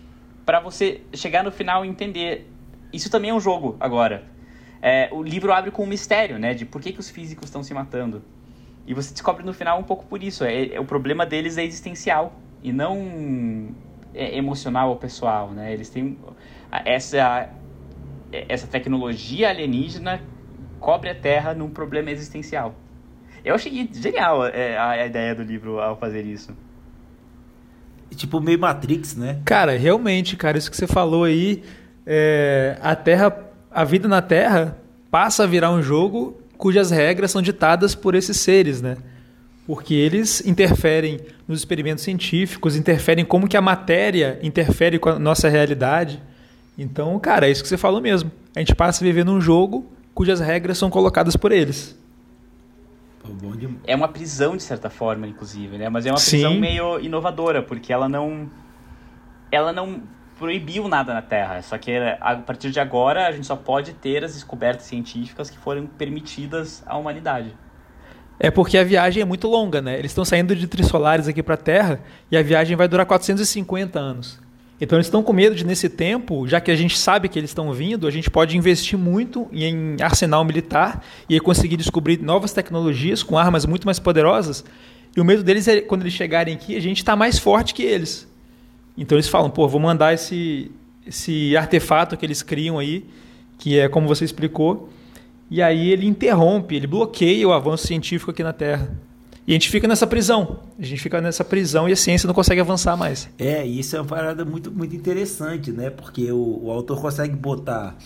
para você chegar no final e entender. Isso também é um jogo agora. É, o livro abre com um mistério, né? De por que, que os físicos estão se matando. E você descobre no final um pouco por isso. É, é, o problema deles é existencial e não é emocional ou pessoal, né? Eles têm essa, essa tecnologia alienígena cobre a Terra num problema existencial. Eu achei genial é, a, a ideia do livro ao fazer isso.
Tipo meio Matrix, né?
Cara, realmente, cara, isso que você falou aí, é, a Terra, a vida na Terra passa a virar um jogo cujas regras são ditadas por esses seres, né? Porque eles interferem nos experimentos científicos, interferem como que a matéria interfere com a nossa realidade. Então, cara, é isso que você falou mesmo. A gente passa a viver num jogo cujas regras são colocadas por eles.
É uma prisão, de certa forma, inclusive, né? Mas é uma prisão Sim. meio inovadora, porque ela não, ela não proibiu nada na Terra. Só que a partir de agora a gente só pode ter as descobertas científicas que foram permitidas à humanidade.
É porque a viagem é muito longa, né? Eles estão saindo de Trissolares aqui para a Terra e a viagem vai durar quatrocentos e cinquenta anos. Então eles estão com medo de, nesse tempo, já que a gente sabe que eles estão vindo, a gente pode investir muito em arsenal militar e conseguir descobrir novas tecnologias com armas muito mais poderosas. E o medo deles é, quando eles chegarem aqui, a gente está mais forte que eles. Então eles falam, pô, vou mandar esse, esse artefato que eles criam aí, que é como você explicou, e aí ele interrompe, ele bloqueia o avanço científico aqui na Terra. E a gente fica nessa prisão. A gente fica nessa prisão e a ciência não consegue avançar mais.
É, isso é uma parada muito, muito interessante, né? Porque o, o autor consegue botar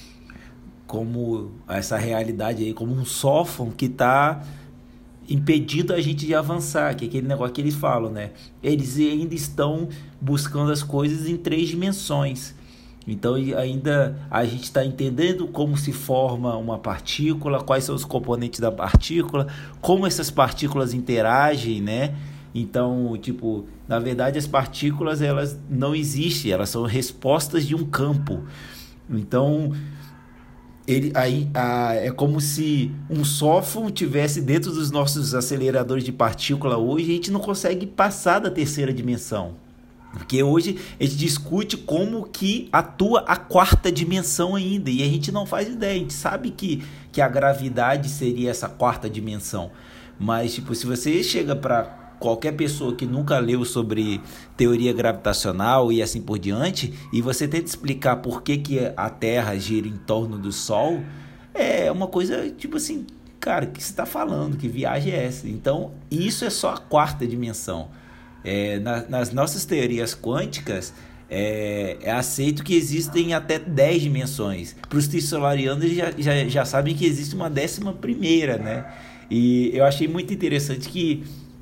como essa realidade aí, como um sófão que está impedindo a gente de avançar, que é aquele negócio que eles falam, né? Eles ainda estão buscando as coisas em três dimensões. Então ainda a gente está entendendo como se forma uma partícula, quais são os componentes da partícula, como essas partículas interagem, né? Então, tipo, na verdade as partículas elas não existem, elas são respostas de um campo. Então, ele, aí, a, é como se um sófão tivesse dentro dos nossos aceleradores de partícula hoje e a gente não consegue passar da terceira dimensão. Porque hoje a gente discute como que atua a quarta dimensão ainda e a gente não faz ideia. A gente sabe que, que a gravidade seria essa quarta dimensão. Mas tipo, se você chega para qualquer pessoa que nunca leu sobre teoria gravitacional e assim por diante, e você tenta explicar por que, que a Terra gira em torno do Sol, é uma coisa tipo assim, cara, o que você está falando? Que viagem é essa? Então isso é só a quarta dimensão. É, na, nas nossas teorias quânticas é, é aceito que existem até dez dimensões. Para os trissolarianos eles já, já, já sabem que existe uma décima primeira, né? E eu achei muito interessante que,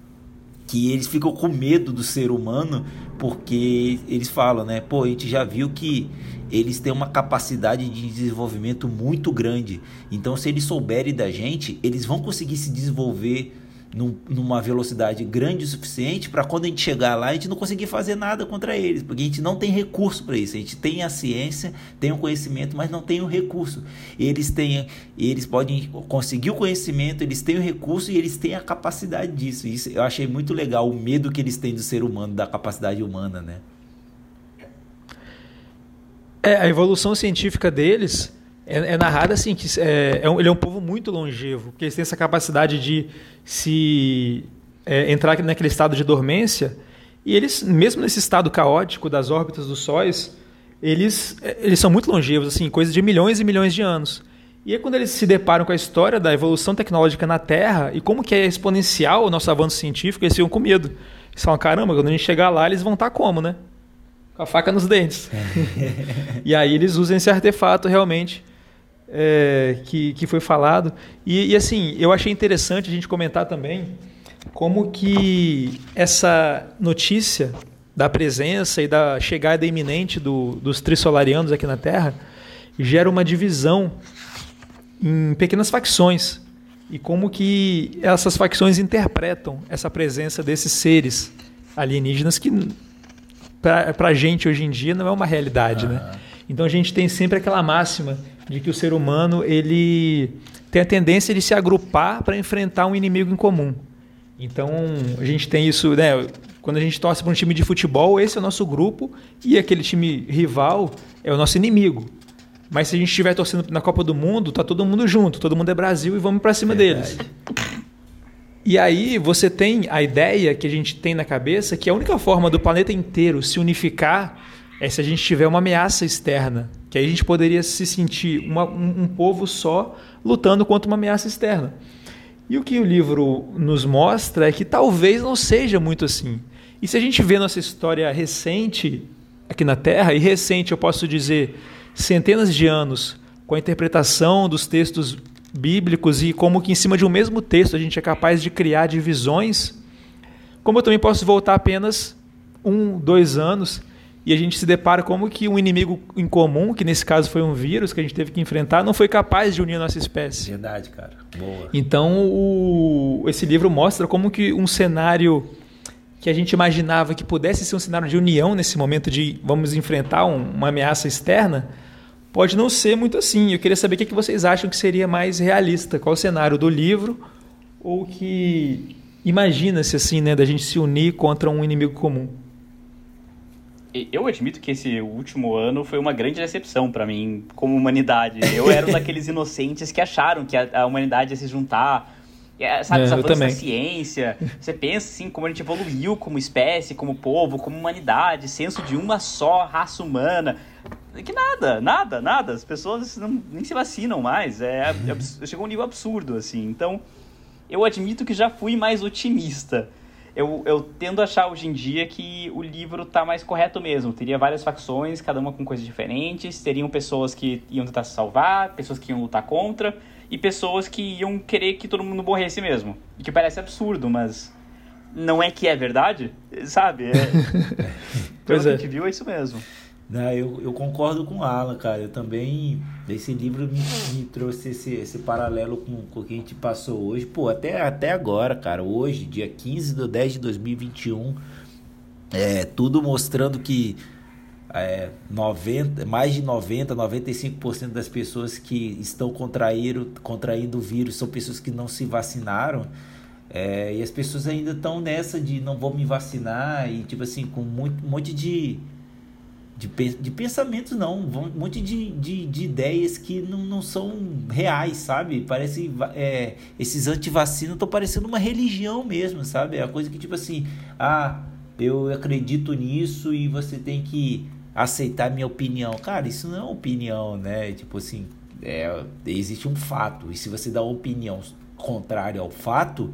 que eles ficam com medo do ser humano, porque eles falam, né? Pô, a gente já viu que eles têm uma capacidade de desenvolvimento muito grande. Então, se eles souberem da gente, eles vão conseguir se desenvolver num, numa velocidade grande o suficiente para quando a gente chegar lá, a gente não conseguir fazer nada contra eles, porque a gente não tem recurso para isso. A gente tem a ciência, tem o conhecimento, mas não tem o recurso. Eles têm, eles podem conseguir o conhecimento, eles têm o recurso e eles têm a capacidade disso. Isso eu achei muito legal, o medo que eles têm do ser humano, da capacidade humana, né?
É, a evolução científica deles é, é narrada assim, que é, é um, ele é um povo muito longevo, porque eles têm essa capacidade de se é, entrar naquele estado de dormência, e eles, mesmo nesse estado caótico das órbitas dos sóis, eles, eles são muito longevos, assim, coisa de milhões e milhões de anos. E aí, quando eles se deparam com a história da evolução tecnológica na Terra e como que é exponencial o nosso avanço científico, eles ficam com medo. Eles falam, caramba, quando a gente chegar lá, eles vão estar como, né? Com a faca nos dentes. E aí eles usam esse artefato realmente é, que, que foi falado. E, e assim, eu achei interessante a gente comentar também como que essa notícia da presença e da chegada iminente do, dos trissolarianos aqui na Terra gera uma divisão em pequenas facções. E como que essas facções interpretam essa presença desses seres alienígenas que para a gente hoje em dia não é uma realidade, uhum. né? Então a gente tem sempre aquela máxima de que o ser humano ele tem a tendência de se agrupar para enfrentar um inimigo em comum. Então a gente tem isso, né? quando a gente torce para um time de futebol, esse é o nosso grupo e aquele time rival é o nosso inimigo. Mas se a gente estiver torcendo na Copa do Mundo, tá todo mundo junto, todo mundo é Brasil e vamos para cima Verdade. deles. E aí você tem a ideia que a gente tem na cabeça que a única forma do planeta inteiro se unificar é se a gente tiver uma ameaça externa. Que aí a gente poderia se sentir uma, um, um povo só lutando contra uma ameaça externa. E o que o livro nos mostra é que talvez não seja muito assim. E se a gente vê nossa história recente aqui na Terra, e recente eu posso dizer centenas de anos, com a interpretação dos textos bíblicos e como que em cima de um mesmo texto a gente é capaz de criar divisões, como eu também posso voltar apenas um, dois anos e a gente se depara como que um inimigo em comum, que nesse caso foi um vírus que a gente teve que enfrentar, não foi capaz de unir a nossa espécie.
Verdade, cara. Boa.
Então, o, esse livro mostra como que um cenário que a gente imaginava que pudesse ser um cenário de união nesse momento de vamos enfrentar um, uma ameaça externa, pode não ser muito assim. Eu queria saber o que vocês acham que seria mais realista. Qual o cenário do livro ou que imagina-se assim, né, da gente se unir contra um inimigo comum?
Eu admito que esse último ano foi uma grande decepção para mim como humanidade. Eu era um daqueles inocentes que acharam que a, a humanidade ia se juntar. Sabe,
é,
os avanços
da
ciência. Você pensa assim, como a gente evoluiu como espécie, como povo, como humanidade, senso de uma só raça humana. Que nada, nada, nada. As pessoas não, nem se vacinam mais. É, é, chegou a um nível absurdo, assim. Então, eu admito que já fui mais otimista. Eu, eu tendo a achar hoje em dia que o livro está mais correto mesmo. Teria várias facções, cada uma com coisas diferentes. Teriam pessoas que iam tentar se salvar, pessoas que iam lutar contra, e pessoas que iam querer que todo mundo morresse mesmo. E que parece absurdo, mas não é que é verdade, sabe? É, pelo que a gente viu, é isso mesmo.
Não, eu, eu concordo com o Alan, cara. Eu também... Esse livro me, me trouxe esse, esse paralelo com, com o que a gente passou hoje. Pô, até, até agora, cara. Hoje, dia quinze de dez de dois mil e vinte e um. É, tudo mostrando que é, noventa, mais de noventa, noventa e cinco por cento das pessoas que estão contraíram, contraindo o vírus são pessoas que não se vacinaram. É, e as pessoas ainda estão nessa de não vou me vacinar. E tipo assim, com muito, um monte de... De, de pensamentos não, um monte de, de, de ideias que não, não são reais, sabe? Parece, é, esses anti-vacinas estão parecendo uma religião mesmo, sabe? É a coisa que tipo assim, ah, eu acredito nisso e você tem que aceitar minha opinião. Cara, isso não é opinião, né? Tipo assim, é, existe um fato, e se você dá uma opinião contrária ao fato,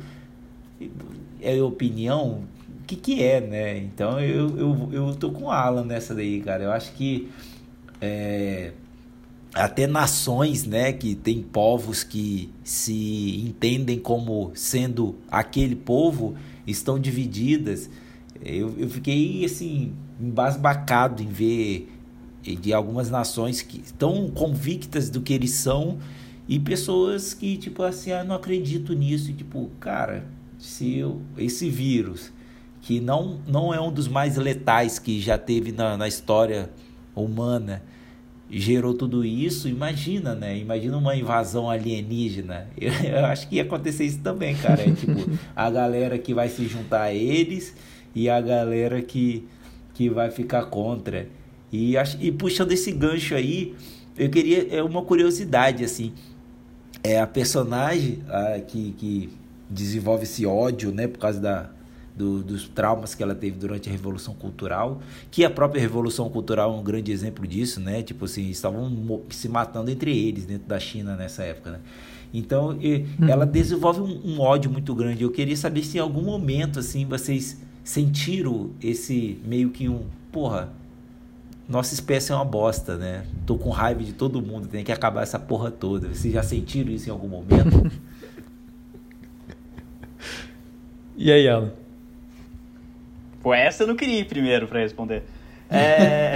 é opinião... O que que é, né? Então eu, eu, eu tô com o Alan nessa daí, cara. Eu acho que é, até nações, né, que tem povos que se entendem como sendo aquele povo, estão divididas. Eu, eu fiquei, assim, embasbacado em ver de algumas nações que estão convictas do que eles são e pessoas que, tipo assim, ah, não acredito nisso. E, tipo, cara, se eu, esse vírus... que não, não é um dos mais letais que já teve na, na história humana, gerou tudo isso, imagina, né? Imagina uma invasão alienígena. Eu, eu acho que ia acontecer isso também, cara. É tipo, a galera que vai se juntar a eles e a galera que, que vai ficar contra. E, e puxando esse gancho aí, eu queria, é uma curiosidade, assim, é a personagem a, que, que desenvolve esse ódio, né, por causa da Do, dos traumas que ela teve durante a Revolução Cultural, que a própria Revolução Cultural é um grande exemplo disso, né? Tipo assim, estavam se matando entre eles dentro da China nessa época, né? Então, e, hum. ela desenvolve um, um ódio muito grande. Eu queria saber se em algum momento, assim, vocês sentiram esse meio que um... Porra, nossa espécie é uma bosta, né? Tô com raiva de todo mundo, tem que acabar essa porra toda. Vocês já sentiram isso em algum momento?
E aí, Alan?
Pô, essa eu não queria ir primeiro para responder. É...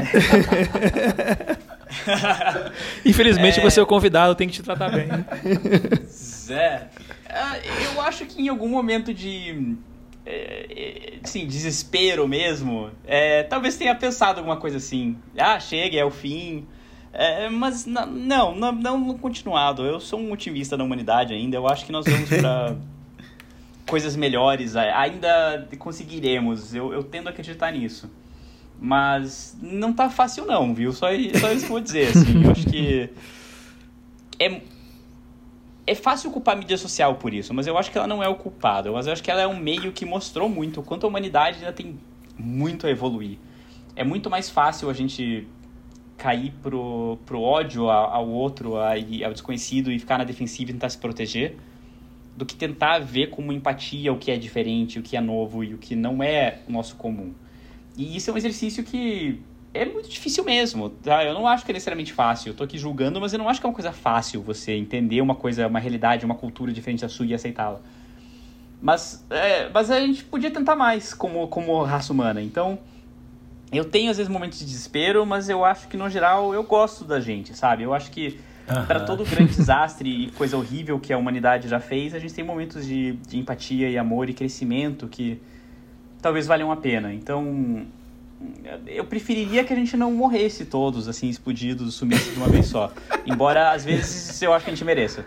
Infelizmente, é... você é o convidado, tem que te tratar bem.
Zé, eu acho que em algum momento de assim, desespero mesmo, é, talvez tenha pensado alguma coisa assim. Ah, chega, é o fim. É, mas não, não, não, não continuado. Eu sou um otimista da humanidade ainda. Eu acho que nós vamos para... coisas melhores, ainda conseguiremos, eu, eu tendo a acreditar nisso. Mas não tá fácil não, viu? Só, só isso que eu vou dizer, assim. Eu acho que é, é fácil culpar a mídia social por isso, mas eu acho que ela não é o culpado. Mas eu acho que ela é um meio que mostrou muito o quanto a humanidade ainda tem muito a evoluir. É muito mais fácil a gente cair pro, pro ódio ao outro, ao desconhecido e ficar na defensiva e tentar se proteger, do que tentar ver como empatia o que é diferente, o que é novo e o que não é o nosso comum. E isso é um exercício que é muito difícil mesmo, tá? Eu não acho que é necessariamente fácil. Eu tô aqui julgando, mas eu não acho que é uma coisa fácil você entender uma coisa, uma realidade, uma cultura diferente da sua e aceitá-la. Mas, é, mas a gente podia tentar mais como, como raça humana. Então, eu tenho às vezes momentos de desespero, mas eu acho que no geral eu gosto da gente, sabe? Eu acho que uhum. para todo grande desastre e coisa horrível que a humanidade já fez, a gente tem momentos de, de empatia e amor e crescimento que talvez valham a pena. Então, eu preferiria que a gente não morresse todos, assim, explodidos, sumisse de uma vez só. Embora, às vezes, eu acho que a gente mereça.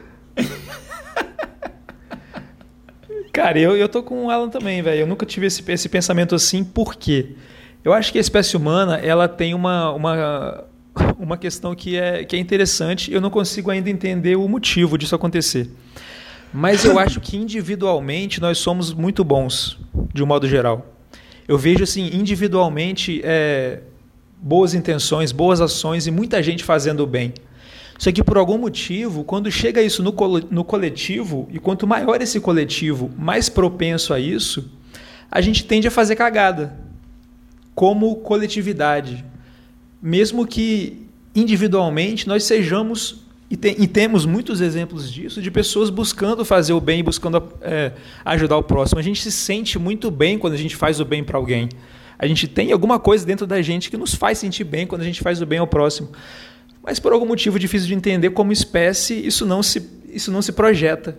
Cara, eu, eu tô com o Alan também, velho. Eu nunca tive esse, esse pensamento assim, por quê? Eu acho que a espécie humana, ela tem uma, uma, uma questão que é, que é interessante. Eu não consigo ainda entender o motivo disso acontecer. Mas eu acho que individualmente nós somos muito bons, de um modo geral. Eu vejo assim, individualmente, é, boas intenções, boas ações e muita gente fazendo o bem. Só que por algum motivo, quando chega isso no, no coletivo, e quanto maior esse coletivo, mais propenso a isso, a gente tende a fazer cagada, como coletividade. Mesmo que individualmente nós sejamos... E, tem, e temos muitos exemplos disso, de pessoas buscando fazer o bem, buscando é, ajudar o próximo. A gente se sente muito bem quando a gente faz o bem para alguém. A gente tem alguma coisa dentro da gente que nos faz sentir bem quando a gente faz o bem ao próximo. Mas por algum motivo difícil de entender, como espécie, isso não se, isso não se projeta.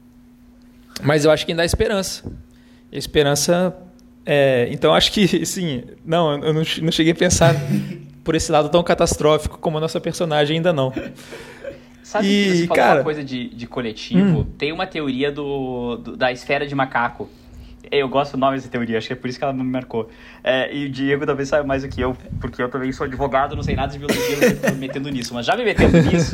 Mas eu acho que ainda há esperança. E a esperança... É, então acho que, sim, não, eu não, não cheguei a pensar por esse lado tão catastrófico como a nossa personagem, ainda não.
Sabe e, que você falou cara, uma coisa de, de coletivo? Hum. Tem uma teoria do, do, da esfera de macaco. Eu gosto do nome dessa teoria, acho que é por isso que ela me marcou. É, e o Diego talvez saiba mais do que eu, porque eu também sou advogado, não sei nada de biologia, não estou me metendo nisso. Mas já me metendo nisso,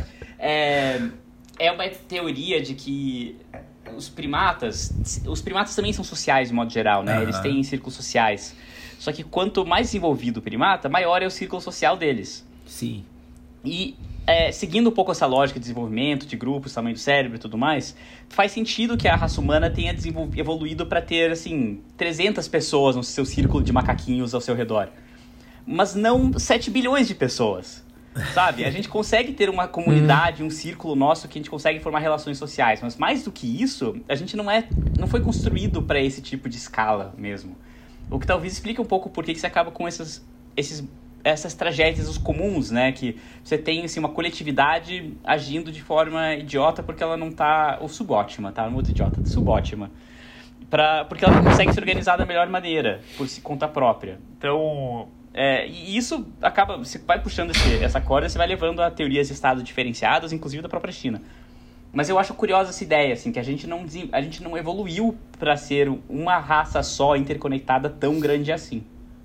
é, é uma teoria de que os primatas... Os primatas também são sociais, de modo geral, né? Uhum. Eles têm círculos sociais. Só que quanto mais desenvolvido o primata, maior é o círculo social deles.
Sim.
E... É, seguindo um pouco essa lógica de desenvolvimento, de grupos, tamanho do cérebro e tudo mais, faz sentido que a raça humana tenha evoluído para ter, assim, trezentas pessoas no seu círculo de macaquinhos ao seu redor. Mas não sete bilhões de pessoas, sabe? A gente consegue ter uma comunidade, um círculo nosso que a gente consegue formar relações sociais, mas mais do que isso, a gente não, é, não foi construído para esse tipo de escala mesmo. O que talvez explique um pouco por que você acaba com esses... esses essas tragédias, os comuns, né, que você tem, assim, uma coletividade agindo de forma idiota porque ela não tá, ou subótima, tá, muito idiota, subótima, pra, porque ela não consegue se organizar da melhor maneira, por si, conta própria. Então, é, e isso acaba, você vai puxando esse, essa corda, você vai levando a teorias de estado diferenciadas, inclusive da própria China. Mas eu acho curiosa essa ideia, assim, que a gente não, a gente não evoluiu para ser uma raça só, interconectada, tão grande assim.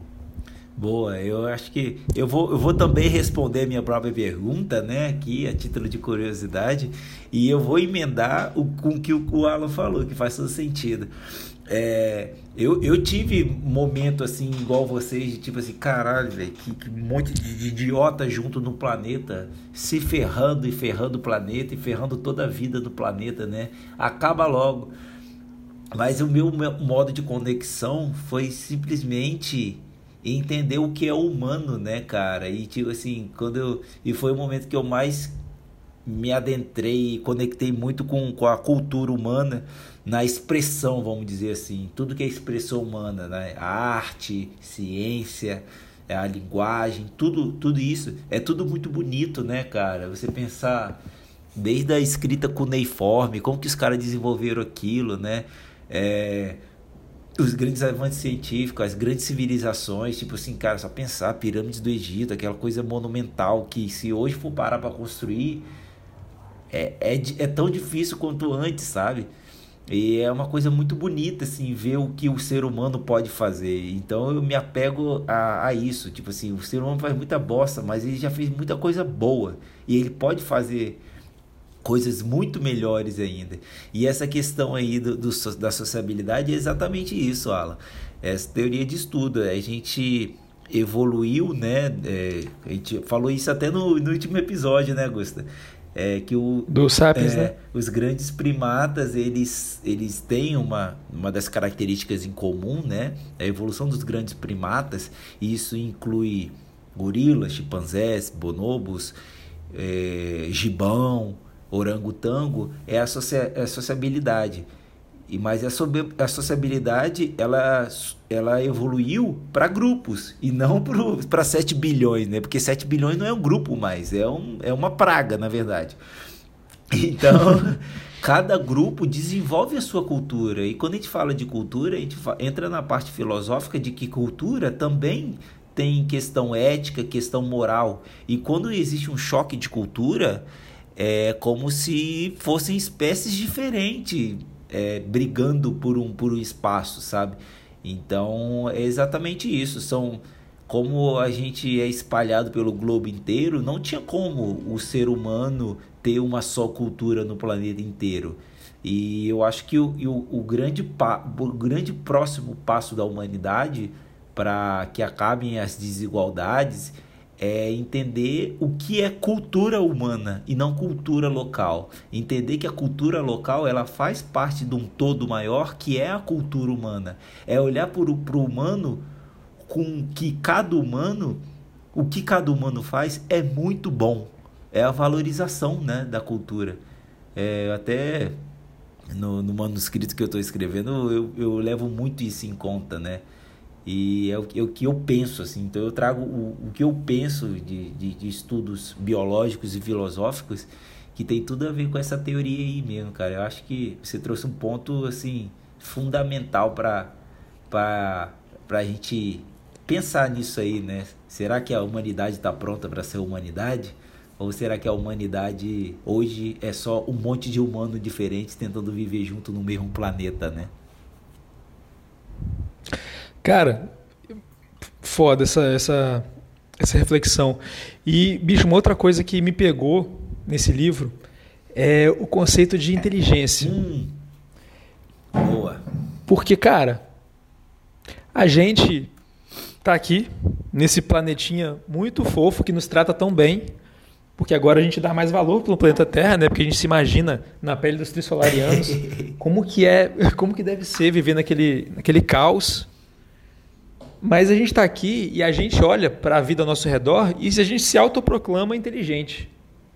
Boa, eu acho que eu vou, eu vou também responder minha própria pergunta, né, aqui a título de curiosidade, e eu vo emendar o, com o que o Alan falou, que faz todo sentido. É, eu, eu tive momento assim, igual vocês, de tipo assim, caralho, velho, que, que monte de, de idiota junto no planeta, se ferrando e ferrando o planeta e ferrando toda a vida do planeta, né? Acaba logo. Mas o meu, meu modo de conexão foi simplesmente entender o que é humano, né, cara? E tipo assim, quando eu, e foi o momento que eu mais me adentrei e conectei muito com, com a cultura humana, na expressão, vamos dizer assim, tudo que é expressão humana, né? A arte, ciência, a linguagem, tudo, tudo isso é tudo muito bonito, né, cara? Você pensar desde a escrita cuneiforme, como que os caras desenvolveram aquilo, né? É, os grandes avanços científicos, as grandes civilizações, tipo assim, cara, só pensar, pirâmides do Egito, aquela coisa monumental que se hoje for parar para construir, é, é, é tão difícil quanto antes, sabe? E é uma coisa muito bonita, assim, ver o que o ser humano pode fazer. Então eu me apego a, a isso. Tipo assim, o ser humano faz muita bosta, mas ele já fez muita coisa boa. E ele pode fazer coisas muito melhores ainda. E essa questão aí do, do, da sociabilidade é exatamente isso, Alan. Essa teoria de estudo. A gente evoluiu, né? É, a gente falou isso até no, no último episódio, né, Augusta? É, que o,
do Sapiens,
é,
né?
Os grandes primatas, eles, eles têm uma, uma das características em comum, né? A evolução dos grandes primatas, e isso inclui gorilas, chimpanzés, bonobos, é, gibão, orangotango, é a, socia, a sociabilidade. E, mas a, sob, a sociabilidade, ela, ela evoluiu para grupos e não para sete bilhões, né? Porque sete bilhões não é um grupo mais, é, um, é uma praga, na verdade. Então, cada grupo desenvolve a sua cultura. E quando a gente fala de cultura, a gente entra na parte filosófica de que cultura também tem questão ética, questão moral. E quando existe um choque de cultura, é como se fossem espécies diferentes, É, brigando por um, por um espaço, sabe? Então é exatamente isso. São, como a gente é espalhado pelo globo inteiro, não tinha como o ser humano ter uma só cultura no planeta inteiro. E eu acho que o, o, o, grande, pa, o grande próximo passo da humanidade para que acabem as desigualdades é entender o que é cultura humana e não cultura local. Entender que a cultura local, ela faz parte de um todo maior que é a cultura humana. É olhar para o humano com que cada humano, o que cada humano faz é muito bom. É a valorização, né, da cultura. É, até no, no manuscrito que eu estou escrevendo, eu, eu levo muito isso em conta, né? E é o, é o que eu penso, assim. Então eu trago o, o que eu penso de, de, de estudos biológicos e filosóficos, que tem tudo a ver com essa teoria aí mesmo, cara. Eu acho que você trouxe um ponto, assim, fundamental para para a gente pensar nisso aí, né? Será que a humanidade está pronta para ser humanidade? Ou será que a humanidade hoje é só um monte de humanos diferentes tentando viver junto no mesmo planeta, né?
Cara, foda essa, essa, essa reflexão. E, bicho, uma outra coisa que me pegou nesse livro é o conceito de inteligência.
Hum, boa.
Porque, cara, a gente tá aqui nesse planetinha muito fofo que nos trata tão bem, porque agora a gente dá mais valor pelo planeta Terra, né? Porque a gente se imagina na pele dos trissolarianos como que é, como que deve ser viver naquele, naquele caos. Mas a gente está aqui e a gente olha para a vida ao nosso redor e a gente se autoproclama inteligente.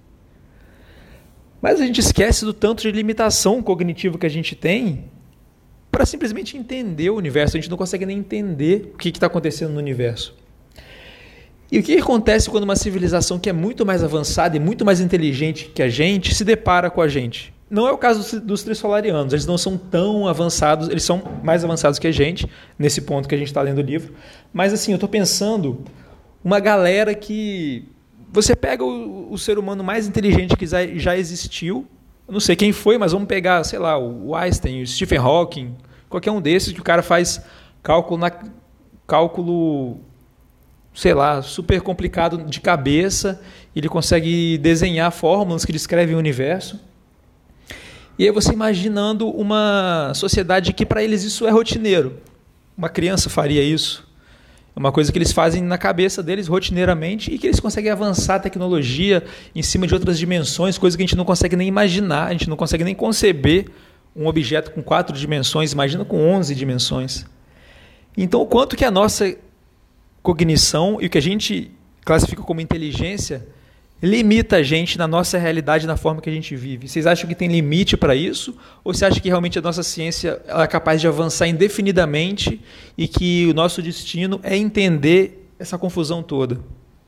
Mas a gente esquece do tanto de limitação cognitiva que a gente tem para simplesmente entender o universo. A gente não consegue nem entender o que está acontecendo no universo. E o que acontece quando uma civilização que é muito mais avançada e muito mais inteligente que a gente se depara com a gente? Não é o caso dos trissolarianos, eles não são tão avançados, eles são mais avançados que a gente, nesse ponto que a gente está lendo o livro. Mas assim, eu estou pensando uma galera que... Você pega o, o ser humano mais inteligente que já, já existiu, eu não sei quem foi, mas vamos pegar, sei lá, o Einstein, o Stephen Hawking, qualquer um desses que o cara faz cálculo, na, cálculo, sei lá, super complicado de cabeça, ele consegue desenhar fórmulas que descrevem o universo. E aí você imaginando uma sociedade que para eles isso é rotineiro. Uma criança faria isso. É uma coisa que eles fazem na cabeça deles rotineiramente e que eles conseguem avançar a tecnologia em cima de outras dimensões, coisa que a gente não consegue nem imaginar, a gente não consegue nem conceber um objeto com quatro dimensões, imagina com onze dimensões. Então o quanto que a nossa cognição e o que a gente classifica como inteligência limita a gente na nossa realidade, na forma que a gente vive. Vocês acham que tem limite para isso? Ou você acha que realmente a nossa ciência ela é capaz de avançar indefinidamente e que o nosso destino é entender essa confusão toda?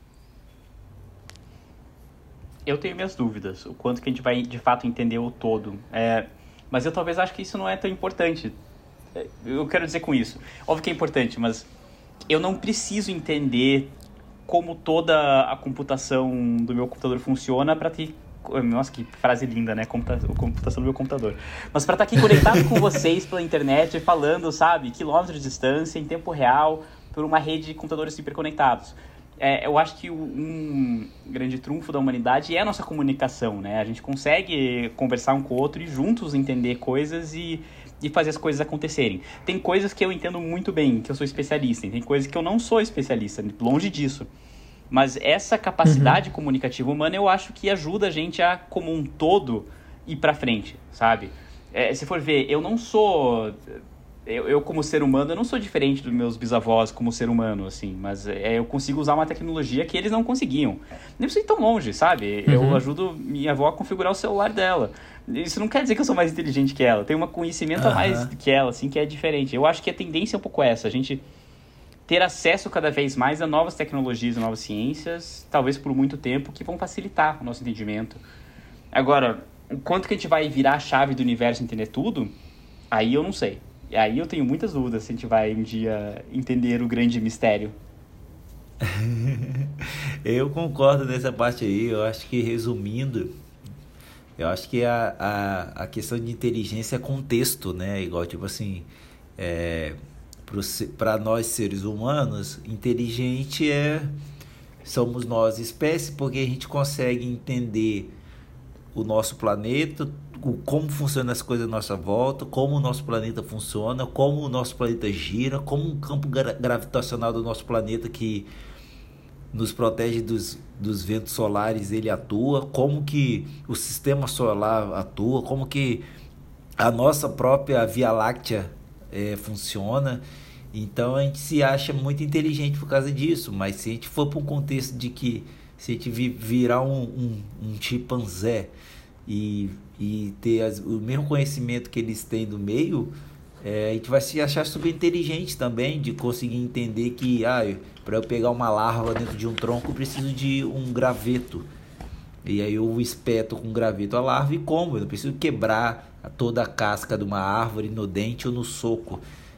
Eu tenho minhas dúvidas, o quanto que a gente vai de fato entender o todo. É, mas eu talvez acho que isso não é tão importante. Eu quero dizer com isso, óbvio que é importante, mas eu não preciso entender como toda a computação do meu computador funciona para ter Nossa, que frase linda, né? Computa... Computação no meu computador. Mas para estar aqui conectado com vocês pela internet, falando, sabe, quilômetros de distância, em tempo real, por uma rede de computadores hiperconectados. É, eu acho que um grande trunfo da humanidade é a nossa comunicação, né? A gente consegue conversar um com o outro e juntos entender coisas e, e fazer as coisas acontecerem. Tem coisas que eu entendo muito bem, que eu sou especialista, e tem coisas que eu não sou especialista, longe disso. Mas essa capacidade uhum. comunicativa humana, eu acho que ajuda a gente a, como um todo, ir pra frente, sabe? É, se for ver, eu não sou... Eu, eu, como ser humano, eu não sou diferente dos meus bisavós como ser humano, assim, mas é, eu consigo usar uma tecnologia que eles não conseguiam. Nem preciso ir tão longe, sabe? Uhum. Eu ajudo minha avó a configurar o celular dela. Isso não quer dizer que eu sou mais inteligente que ela. Eu tenho um conhecimento uhum. a mais que ela, assim, que é diferente. Eu acho que a tendência é um pouco essa, a gente ter acesso cada vez mais a novas tecnologias e novas ciências, talvez por muito tempo, que vão facilitar o nosso entendimento. Agora, o quanto que a gente vai virar a chave do universo e entender tudo, aí eu não sei. E aí eu tenho muitas dúvidas se a gente vai um dia entender o grande mistério.
Eu concordo nessa parte aí. Eu acho que, resumindo, eu acho que a, a, a questão de inteligência é contexto, né? Igual, tipo assim, é, para nós seres humanos, inteligente é somos nós, espécie, porque a gente consegue entender o nosso planeta, como funcionam as coisas à nossa volta, como o nosso planeta funciona, como o nosso planeta gira, como um campo gra- gravitacional do nosso planeta que nos protege dos, dos ventos solares ele atua, como que o sistema solar atua, como que a nossa própria Via Láctea é, funciona. Então a gente se acha muito inteligente por causa disso, mas se a gente for para um contexto de que se a gente virar um, um, um chimpanzé e, e ter as, o mesmo conhecimento que eles têm do meio, é, a gente vai se achar super inteligente também, de conseguir entender que ah, para eu pegar uma larva dentro de um tronco eu preciso de um graveto, e aí eu espeto com graveto a larva e como, eu não preciso quebrar toda a casca de uma árvore no dente ou no soco.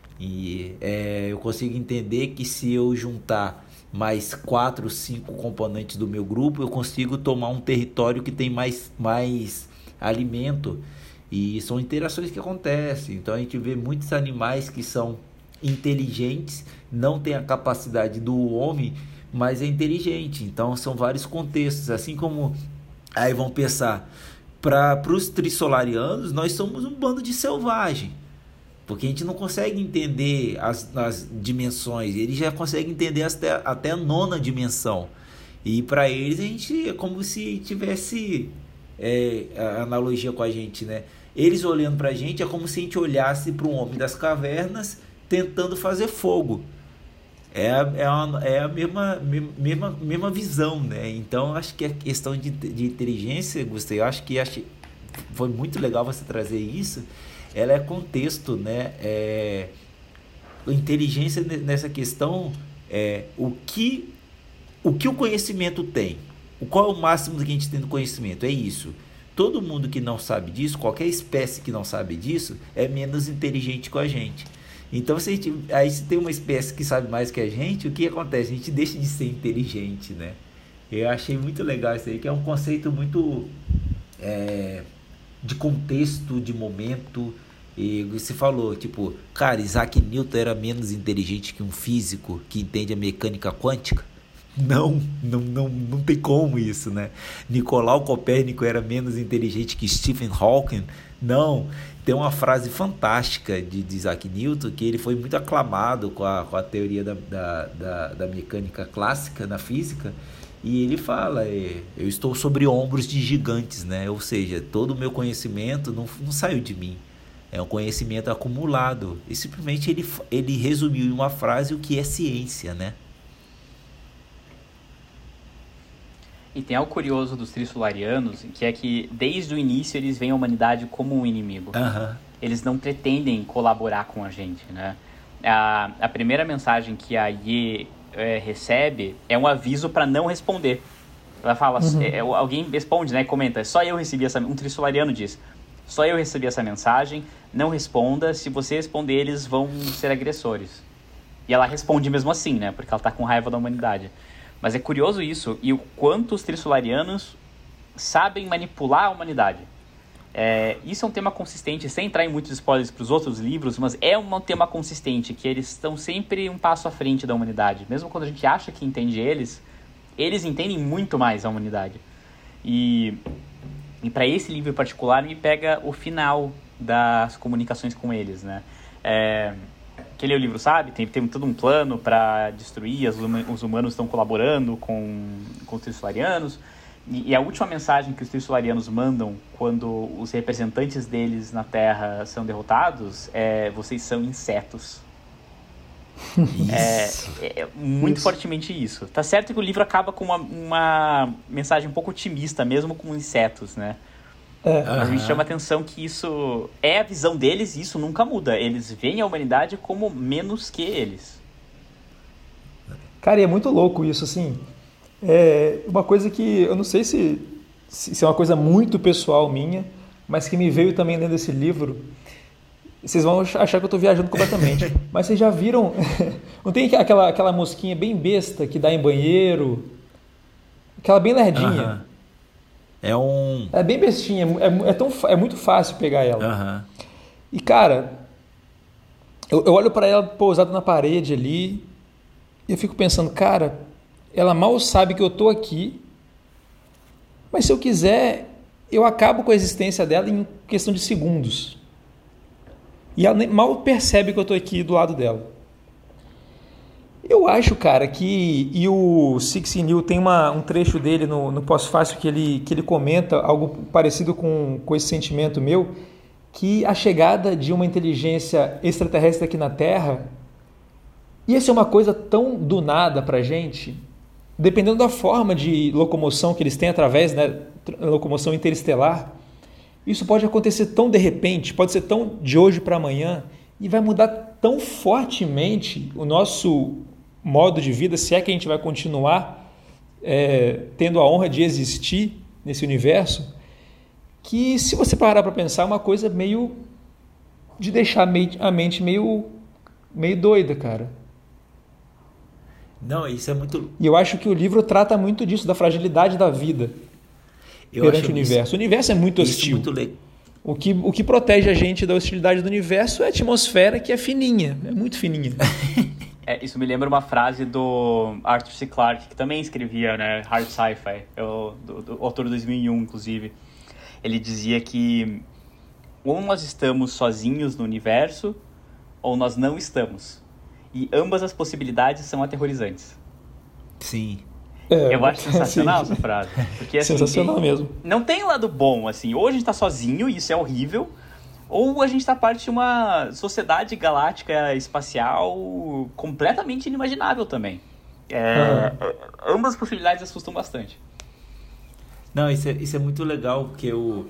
E é, eu consigo entender que se eu juntar mais quatro, cinco componentes do meu grupo, eu consigo tomar um território que tem mais, mais alimento. E são interações que acontecem. Então a gente vê muitos animais que são inteligentes, não tem a capacidade do homem, mas é inteligente. Então são vários contextos. Assim como aí vão pensar, para os trissolarianos, nós somos um bando de selvagem. Porque a gente não consegue entender as, as dimensões, eles já conseguem entender até, até a nona dimensão. E para eles a gente é como se tivesse é, a analogia com a gente, né? Eles olhando para a gente é como se a gente olhasse para um homem das cavernas tentando fazer fogo. É a, é a, é a mesma, mesma, mesma visão, né? Então acho que a questão de, de inteligência, Gustavo, eu acho que acho, foi muito legal você trazer isso. Ela é contexto, né? É, inteligência nessa questão é o que, o que o conhecimento tem. Qual é o máximo que a gente tem do conhecimento? É isso. Todo mundo que não sabe disso, qualquer espécie que não sabe disso, é menos inteligente que a gente. Então, se a gente, aí se tem uma espécie que sabe mais que a gente, o que acontece? A gente deixa de ser inteligente, né? Eu achei muito legal isso aí, que é um conceito muito... É, de contexto, de momento. E você falou, tipo, cara, Isaac Newton era menos inteligente que um físico que entende a mecânica quântica? Não, não, não, não tem como isso, né? Nicolau Copérnico era menos inteligente que Stephen Hawking? Não. Tem uma frase fantástica de, de Isaac Newton, que ele foi muito aclamado com a, com a teoria da, da, da, da mecânica clássica na física. E ele fala, é, eu estou sobre ombros de gigantes, né? Ou seja, todo o meu conhecimento não, não saiu de mim. É um conhecimento acumulado. E simplesmente ele, ele resumiu em uma frase o que é ciência, né?
E tem algo curioso dos trissolarianos, que é que desde o início eles veem a humanidade como um inimigo.
Uhum.
Eles não pretendem colaborar com a gente, né? A, a primeira mensagem que a Ye... É, recebe, é um aviso para não responder. Ela fala, uhum. é, alguém responde, né, comenta, só eu recebi essa, um trissolariano diz, só eu recebi essa mensagem, não responda, se você responder eles vão ser agressores. E ela responde mesmo assim, né, porque ela tá com raiva da humanidade. Mas é curioso isso, e o quanto os trissolarianos sabem manipular a humanidade. É, isso é um tema consistente, sem entrar em muitos spoilers para os outros livros, mas é um tema consistente, que eles estão sempre um passo à frente da humanidade. Mesmo quando a gente acha que entende eles, eles entendem muito mais a humanidade. E, e para esse livro em particular, me pega o final das comunicações com eles, né? É, quem lê o livro sabe, tem, tem todo um plano para destruir, as, os humanos estão colaborando com, com os Trissolarianos. E, e a última mensagem que os Trissolarianos mandam quando os representantes deles na Terra são derrotados é: vocês são insetos. É, é muito isso. Fortemente isso. Tá certo que o livro acaba com uma, uma mensagem um pouco otimista, mesmo com insetos, né? É. Mas me chama a atenção que isso é a visão deles e isso nunca muda. Eles veem a humanidade como menos que eles.
Cara, e é muito louco isso, assim. É uma coisa que eu não sei se, se é uma coisa muito pessoal minha, mas que me veio também lendo esse livro. Vocês vão achar que eu estou viajando completamente. Mas vocês já viram... Não tem aquela, aquela mosquinha bem besta que dá em banheiro? Aquela bem lerdinha.
Uh-huh. É um...
É bem bestinha. É, é, tão, é muito fácil pegar ela.
Uh-huh.
E, cara... Eu, eu olho para ela pousada na parede ali e eu fico pensando, cara... Ela mal sabe que eu estou aqui, mas se eu quiser, eu acabo com a existência dela em questão de segundos. E ela mal percebe que eu estou aqui do lado dela. Eu acho, cara, que... E o Cixin Liu tem uma, um trecho dele no, no pós-fácil que ele, que ele comenta algo parecido com, com esse sentimento meu, que a chegada de uma inteligência extraterrestre aqui na Terra ia ser uma coisa tão do nada pra gente... Dependendo da forma de locomoção que eles têm através da, né, locomoção interestelar, isso pode acontecer tão de repente, pode ser tão de hoje para amanhã e vai mudar tão fortemente o nosso modo de vida, se é que a gente vai continuar é, tendo a honra de existir nesse universo, que se você parar para pensar é uma coisa meio de deixar a mente meio, meio doida, cara.
Não, isso é muito...
E eu acho que o livro trata muito disso, da fragilidade da vida eu perante o universo. Isso, o universo é muito hostil. Muito le... o, que, o que protege a gente da hostilidade do universo é a atmosfera, que é fininha, é muito fininha.
É, isso me lembra uma frase do Arthur C. Clarke, que também escrevia, né, hard sci-fi, é o, do, do, autor de dois mil e um, inclusive. Ele dizia que ou nós estamos sozinhos no universo, ou nós não estamos. E ambas as possibilidades são aterrorizantes.
Sim.
É, eu acho sensacional sim. Essa frase. Porque, assim,
sensacional
tem,
mesmo.
Não tem lado bom, assim. Ou a gente tá sozinho, e isso é horrível, ou a gente tá parte de uma sociedade galáctica espacial completamente inimaginável também. É, uhum. Ambas as possibilidades assustam bastante.
Não, isso é, isso é muito legal, porque o,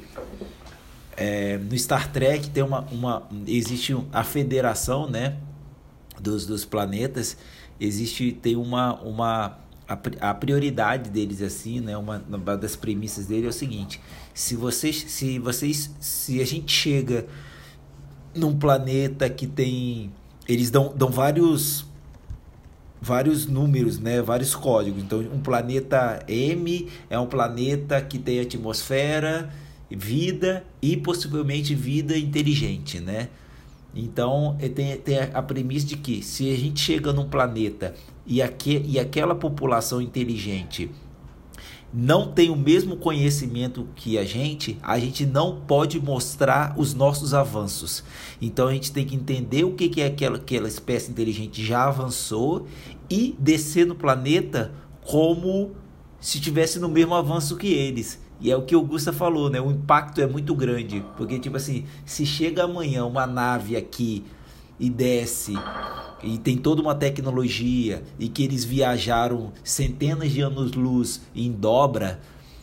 é, no Star Trek tem uma, uma, existe a federação, né? Dos, dos planetas, existe, tem uma, uma a, a prioridade deles assim, né, uma, uma das premissas dele é o seguinte: se vocês, se vocês, se a gente chega num planeta que tem, eles dão, dão vários vários números, né, vários códigos. Então, um planeta M é um planeta que tem atmosfera, vida e possivelmente vida inteligente, né? Então, tem, tem a premissa de que se a gente chega num planeta e, aque, e aquela população inteligente não tem o mesmo conhecimento que a gente, a gente não pode mostrar os nossos avanços. Então, a gente tem que entender o que, que é aquela, aquela espécie inteligente já avançou e descer no planeta como se estivesse no mesmo avanço que eles. E é o que o Augusta falou, né? O impacto é muito grande. Porque, tipo assim, se chega amanhã uma nave aqui e desce, e tem toda uma tecnologia, e que eles viajaram centenas de anos-luz em dobra,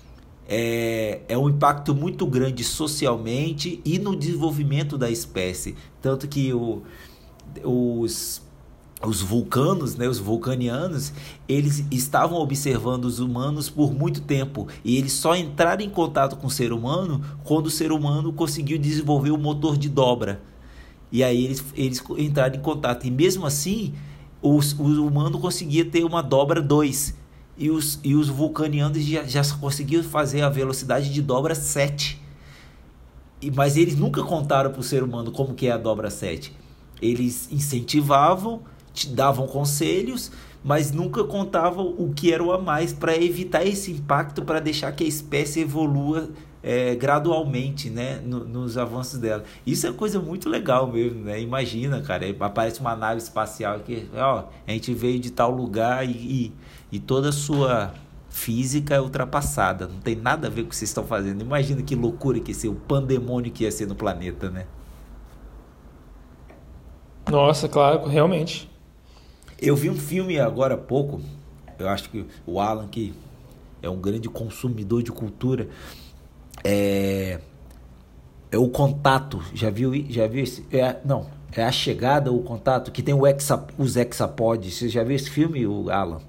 é, é um impacto muito grande socialmente e no desenvolvimento da espécie. Tanto que o, os... os vulcanos, né, os vulcanianos, eles estavam observando os humanos por muito tempo e eles só entraram em contato com o ser humano quando o ser humano conseguiu desenvolver o motor de dobra. E aí eles, eles entraram em contato e mesmo assim o, o humano conseguia ter uma dobra dois. e os, e os vulcanianos já, já conseguiam fazer a velocidade de dobra sete. E, mas eles nunca contaram para o ser humano como que é a dobra sete. Eles incentivavam, te davam conselhos, mas nunca contavam o que era o a mais para evitar esse impacto, para deixar que a espécie evolua é, gradualmente, né, no, nos avanços dela. Isso é coisa muito legal mesmo, né? Imagina, cara, aparece uma nave espacial que, ó, a gente veio de tal lugar e, e, e toda a sua física é ultrapassada, não tem nada a ver com o que vocês estão fazendo. Imagina que loucura que ia ser, o pandemônio que ia ser no planeta, né?
Nossa, claro, realmente.
Eu vi um filme agora há pouco, eu acho que o Alan, que é um grande consumidor de cultura, é, é o Contato, já viu? Já viu esse? É, não, é A Chegada, o Contato, que tem o hexa, os hexapods. Você já viu esse filme, o Alan?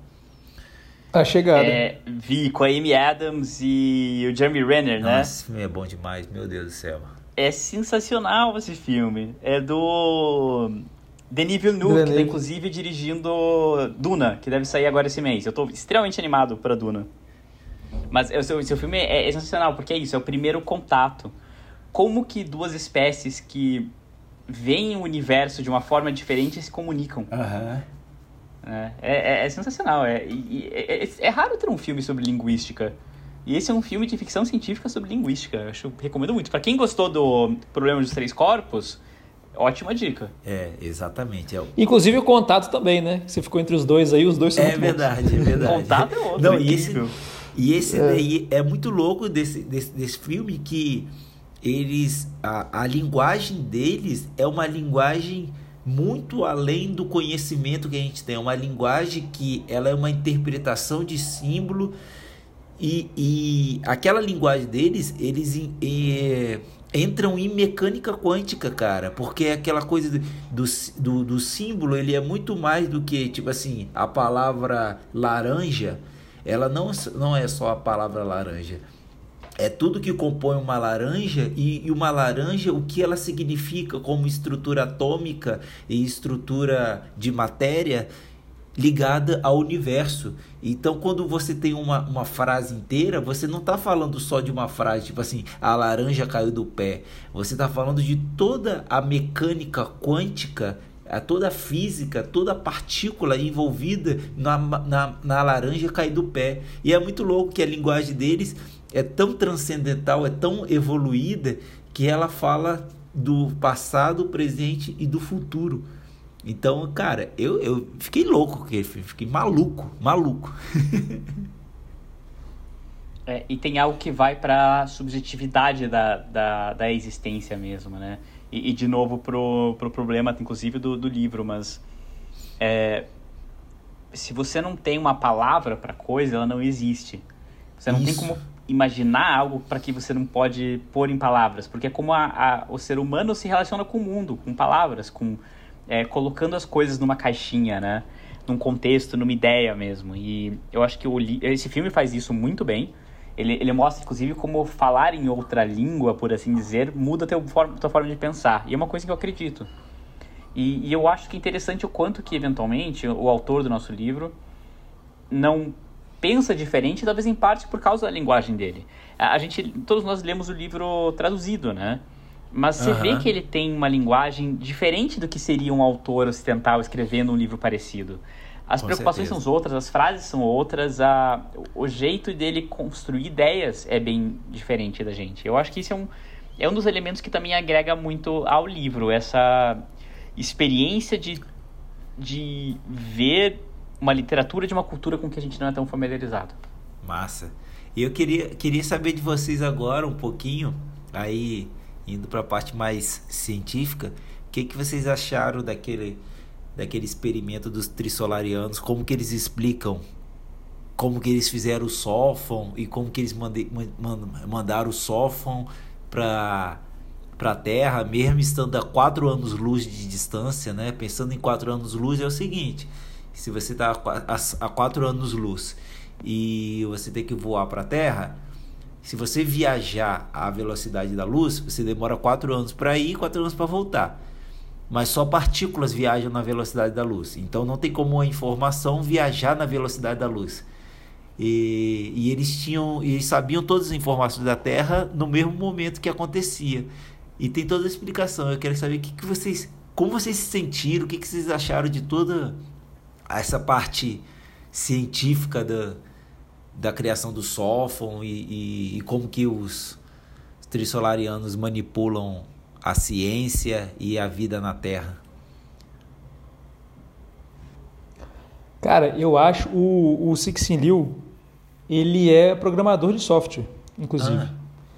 A Chegada.
É, vi com a Amy Adams e o Jeremy Renner, né?
Esse filme é bom demais, meu Deus do céu.
É sensacional esse filme. É do Denis Villeneuve, que tá inclusive dirigindo Duna, que deve sair agora esse mês. Eu tô extremamente animado pra Duna. Mas o seu, seu filme é, é sensacional, porque é isso, é o primeiro contato. Como que duas espécies que veem o universo de uma forma diferente se comunicam.
Aham. Uhum.
É, é, é sensacional. É, é, é, é raro ter um filme sobre linguística. E esse é um filme de ficção científica sobre linguística. Eu acho, recomendo muito. Pra quem gostou do Problema dos Três Corpos, ótima dica.
É, exatamente. É o...
Inclusive o Contato também, né? Você ficou entre os dois aí, os dois são
é
muito
verdade,
bons.
É verdade,
Contato é outro,
não,
é
e esse, e esse
é.
daí é muito louco desse, desse, desse filme, que eles... A, a linguagem deles é uma linguagem muito além do conhecimento que a gente tem. É uma linguagem que ela é uma interpretação de símbolo, e, e aquela linguagem deles, eles é, entram em mecânica quântica, cara, porque é aquela coisa do, do, do símbolo, ele é muito mais do que, tipo assim, a palavra laranja, ela não, não é só a palavra laranja. É tudo que compõe uma laranja, e, e uma laranja, o que ela significa como estrutura atômica e estrutura de matéria ligada ao universo. Então, quando você tem uma, uma frase inteira, você não está falando só de uma frase, tipo assim, a laranja caiu do pé. Você está falando de toda a mecânica quântica, a toda a física, toda a partícula envolvida na, na, na laranja cair do pé. E é muito louco que a linguagem deles é tão transcendental, é tão evoluída, que ela fala do passado, presente e do futuro. Então, cara, eu, eu fiquei louco, fiquei maluco, maluco.
É, e tem algo que vai para a subjetividade da, da, da existência mesmo, né? E, e de novo, pro, pro problema, inclusive, do, do livro, mas... É, se você não tem uma palavra para coisa, ela não existe. Você não Isso. tem como imaginar algo para que você não pode pôr em palavras, porque é como a, a, o ser humano se relaciona com o mundo, com palavras, com, é, colocando as coisas numa caixinha, né? Num contexto, numa ideia mesmo. E eu acho que o, esse filme faz isso muito bem. Ele, ele mostra, inclusive, como falar em outra língua, por assim dizer, muda a tua forma, tua forma de pensar. E é uma coisa que eu acredito. E, e eu acho que é interessante o quanto que, eventualmente, o autor do nosso livro não pensa diferente, talvez em parte por causa da linguagem dele. A gente, todos nós lemos o livro traduzido, né? Mas você uhum. vê que ele tem uma linguagem diferente do que seria um autor ocidental escrevendo um livro parecido. As Com preocupações certeza. são outras, as frases são outras, a, o jeito dele construir ideias é bem diferente da gente. Eu acho que isso é um, é um dos elementos que também agrega muito ao livro, essa experiência de, de ver uma literatura de uma cultura com que a gente não é tão familiarizado.
Massa. E eu queria, queria saber de vocês agora um pouquinho, aí indo para a parte mais científica, o que, que vocês acharam daquele, daquele experimento dos trissolarianos, como que eles explicam, como que eles fizeram o sófon e como que eles mande, mandaram o sófon para para a Terra, mesmo estando a quatro anos-luz de distância, né? Pensando em quatro anos-luz é o seguinte: se você está a quatro anos-luz e você tem que voar para a Terra, se você viajar à velocidade da luz, você demora quatro anos para ir e quatro anos para voltar. Mas só partículas viajam na velocidade da luz. Então não tem como a informação viajar na velocidade da luz. E, e eles tinham, eles sabiam todas as informações da Terra no mesmo momento que acontecia. E tem toda a explicação. Eu quero saber o que, que vocês, como vocês se sentiram, o que, que vocês acharam de toda essa parte científica da, da criação do Sófon e, e, e como que os trissolarianos manipulam a ciência e a vida na Terra.
Cara, eu acho o, o Cixin Liu, ele é programador de software, inclusive. Ah.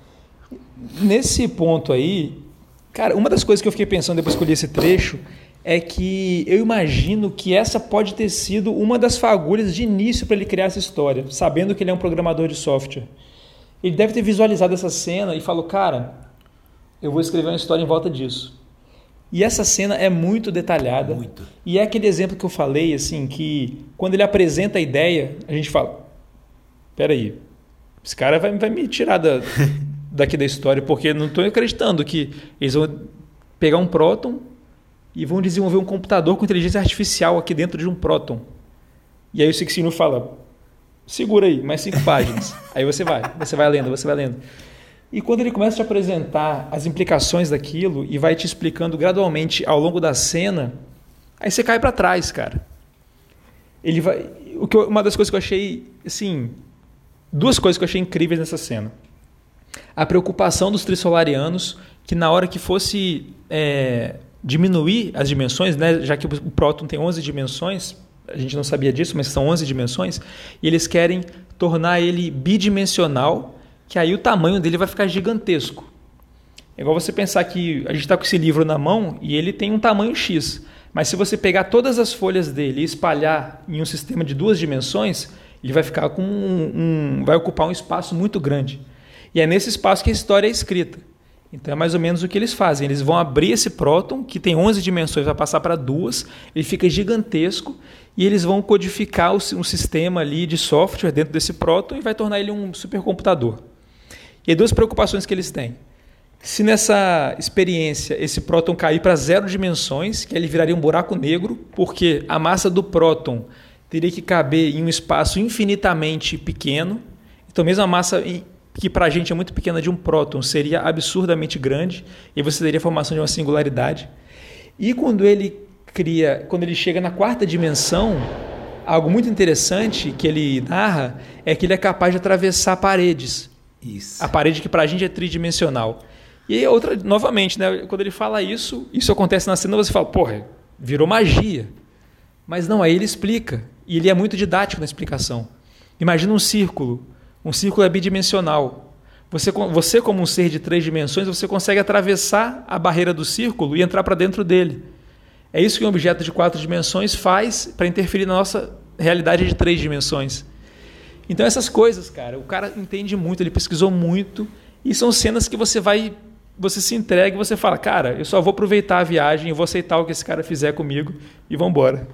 Nesse ponto aí, cara, uma das coisas que eu fiquei pensando depois que eu li esse trecho é que eu imagino que essa pode ter sido uma das fagulhas de início para ele criar essa história, sabendo que ele é um programador de software. Ele deve ter visualizado essa cena e falou, cara, eu vou escrever uma história em volta disso. E essa cena é muito detalhada. Muito. E é aquele exemplo que eu falei, assim, que quando ele apresenta a ideia, a gente fala, peraí, esse cara vai, vai me tirar da, daqui da história, porque não estou acreditando que eles vão pegar um próton e vão desenvolver um computador com inteligência artificial aqui dentro de um próton. E aí o Cixin Liu fala, segura aí, mais cinco páginas. Aí você vai, você vai lendo, você vai lendo. E quando ele começa a te apresentar as implicações daquilo e vai te explicando gradualmente ao longo da cena, aí você cai para trás, cara. Ele vai, o que eu, uma das coisas que eu achei, assim, duas coisas que eu achei incríveis nessa cena. A preocupação dos trissolarianos, que na hora que fosse é, diminuir as dimensões, né, já que o próton tem onze dimensões, a gente não sabia disso, mas são onze dimensões, e eles querem tornar ele bidimensional, que aí o tamanho dele vai ficar gigantesco. É igual você pensar que a gente está com esse livro na mão e ele tem um tamanho X, mas se você pegar todas as folhas dele e espalhar em um sistema de duas dimensões, ele vai ficar com um, um, vai ocupar um espaço muito grande. E é nesse espaço que a história é escrita. Então é mais ou menos o que eles fazem. Eles vão abrir esse próton, que tem onze dimensões, vai passar para duas, ele fica gigantesco, e eles vão codificar um sistema ali de software dentro desse próton e vai tornar ele um supercomputador. E aí duas preocupações que eles têm. Se nessa experiência esse próton cair para zero dimensões, que ele viraria um buraco negro, porque a massa do próton teria que caber em um espaço infinitamente pequeno. Então mesmo a massa que para a gente é muito pequena de um próton seria absurdamente grande, e você teria a formação de uma singularidade. E quando ele cria, quando ele chega na quarta dimensão, algo muito interessante que ele narra é que ele é capaz de atravessar paredes. Isso. A parede que para a gente é tridimensional. E outra, novamente, né, quando ele fala isso, isso acontece na cena, você fala, porra, virou magia. Mas não, aí ele explica. E ele é muito didático na explicação. Imagina um círculo. Um círculo é bidimensional. Você, você como um ser de três dimensões, você consegue atravessar a barreira do círculo e entrar para dentro dele. É isso que um objeto de quatro dimensões faz para interferir na nossa realidade de três dimensões. Então essas coisas, cara, o cara entende muito, ele pesquisou muito, e são cenas que você vai, você se entrega e você fala, cara, eu só vou aproveitar a viagem, eu vou aceitar o que esse cara fizer comigo e vamos embora.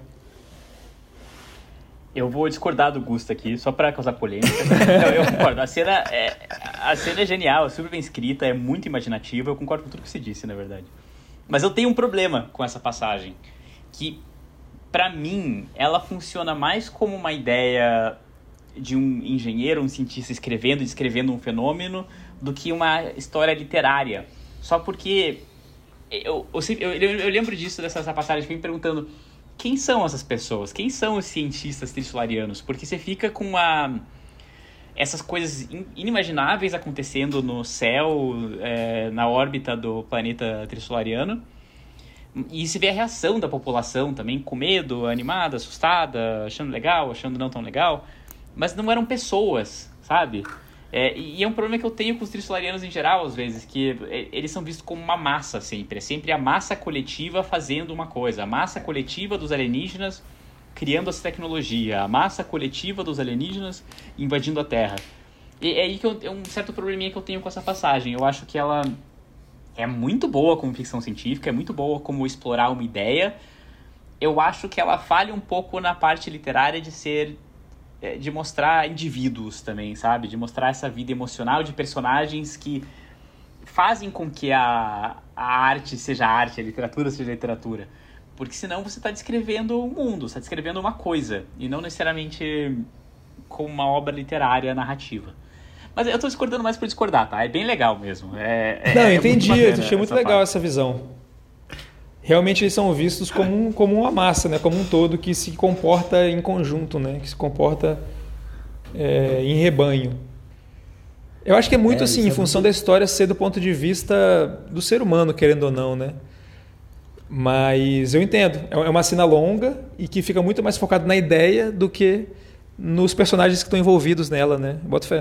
Eu vou discordar do Gusto aqui, só para causar polêmica. eu, eu concordo, a cena, é, a cena é genial, é super bem escrita, é muito imaginativa, eu concordo com tudo que você disse, na verdade. Mas eu tenho um problema com essa passagem, que, para mim, ela funciona mais como uma ideia de um engenheiro, um cientista escrevendo e descrevendo um fenômeno, do que uma história literária. Só porque eu, eu, eu, eu lembro disso, dessa, dessa passagem, eu fiquei me perguntando quem são essas pessoas? Quem são os cientistas trissolarianos? Porque você fica com uma, essas coisas inimagináveis acontecendo no céu, é, na órbita do planeta trissolariano, e se vê a reação da população também, com medo, animada, assustada, achando legal, achando não tão legal. Mas não eram pessoas, sabe? É, e é um problema que eu tenho com os trissolarianos em geral, às vezes, que eles são vistos como uma massa sempre. É sempre a massa coletiva fazendo uma coisa. A massa coletiva dos alienígenas criando essa tecnologia. A massa coletiva dos alienígenas invadindo a Terra. E é aí que eu, é um certo probleminha que eu tenho com essa passagem. Eu acho que ela é muito boa como ficção científica, é muito boa como explorar uma ideia. Eu acho que ela falha um pouco na parte literária de ser... de mostrar indivíduos também, sabe? De mostrar essa vida emocional de personagens que fazem com que a, a arte seja arte, a literatura seja literatura. Porque senão você está descrevendo um mundo, você está descrevendo uma coisa, e não necessariamente como uma obra literária narrativa. Mas eu tô discordando mais por discordar, tá? É bem legal mesmo. É, é,
Não, eu
é
entendi,
muito
eu achei muito
essa
legal
parte.
essa visão. Realmente eles são vistos como, um, como uma massa, né? Como um todo que se comporta em conjunto, né? Que se comporta é, em rebanho. Eu acho que é muito
É,
assim,
isso
em
é
função
muito-
da história ser do ponto de vista do ser humano, querendo ou não, né? Mas eu entendo. É uma cena longa e que fica muito mais focado na ideia do que nos personagens que estão envolvidos nela, né? Boto fé.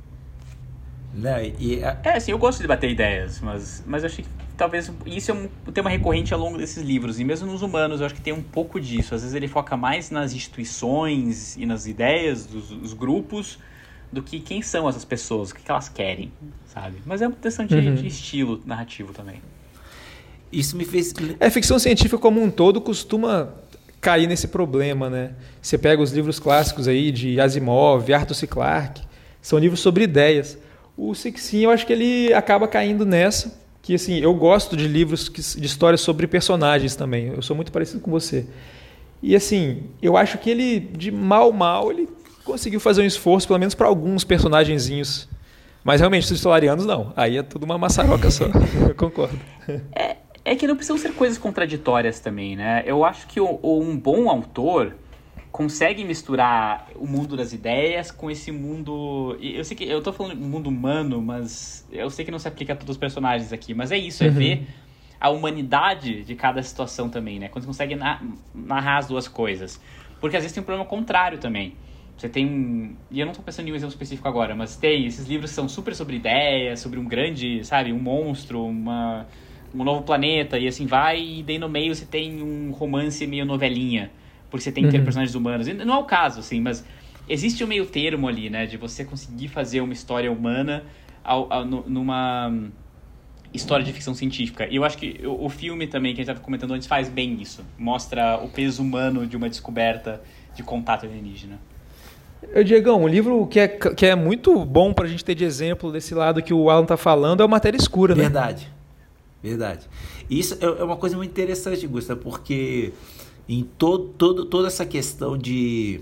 Não, e, e a-
É, assim, eu gosto de bater ideias, mas, mas eu achei que talvez isso é um tema recorrente ao longo desses livros. E mesmo nos humanos, eu acho que tem um pouco disso. Às vezes ele foca mais nas instituições e nas ideias dos, dos grupos do que quem são essas pessoas, o que, que elas querem, sabe? Mas é uma questão de,
Uhum.
de estilo narrativo também.
isso me fez.
É, ficção científica como um todo costuma cair nesse problema, né? Você pega os livros clássicos aí de Asimov, Arthur C. Clarke, são livros sobre ideias. O Sixteen, eu acho que ele acaba caindo nessa, que assim, eu gosto de livros que, de histórias sobre personagens também. Eu sou muito parecido com você. E assim, eu acho que ele, de mal mal, ele conseguiu fazer um esforço, pelo menos para alguns personagenzinhos. Mas realmente, os Solarianos não. Aí é tudo uma maçaroca só. Eu concordo.
É que não precisam ser coisas contraditórias também, né? Eu acho que o, o- um bom autor consegue misturar o mundo das ideias com esse mundo... e Eu sei que eu tô falando mundo humano, mas eu sei que não se aplica a todos os personagens aqui, mas é isso, é
Uhum.
ver a humanidade de cada situação também, né? Quando você consegue na- narrar as duas coisas. Porque às vezes tem um problema contrário também. Você tem um... E eu não tô pensando em um exemplo específico agora, mas tem esses livros que são super sobre ideias, sobre um grande, sabe? Um monstro, uma... um novo planeta, e assim vai, e daí no meio você tem um romance meio novelinha, porque você tem que ter
Uhum.
personagens humanos. E não é o caso, assim, mas existe um meio termo ali, né, de você conseguir fazer uma história humana ao, ao, nu- numa história de ficção científica. E eu acho que o, o filme também, que a gente estava comentando antes, faz bem isso. Mostra o peso humano de uma descoberta de contato alienígena.
Eu, Diegão, um livro que é, que é muito bom pra gente ter de exemplo desse lado que o Alan tá falando é o Matéria Escura, né?
Verdade. Verdade. Isso é é uma coisa muito interessante, Gustavo, porque em todo, todo, toda essa questão de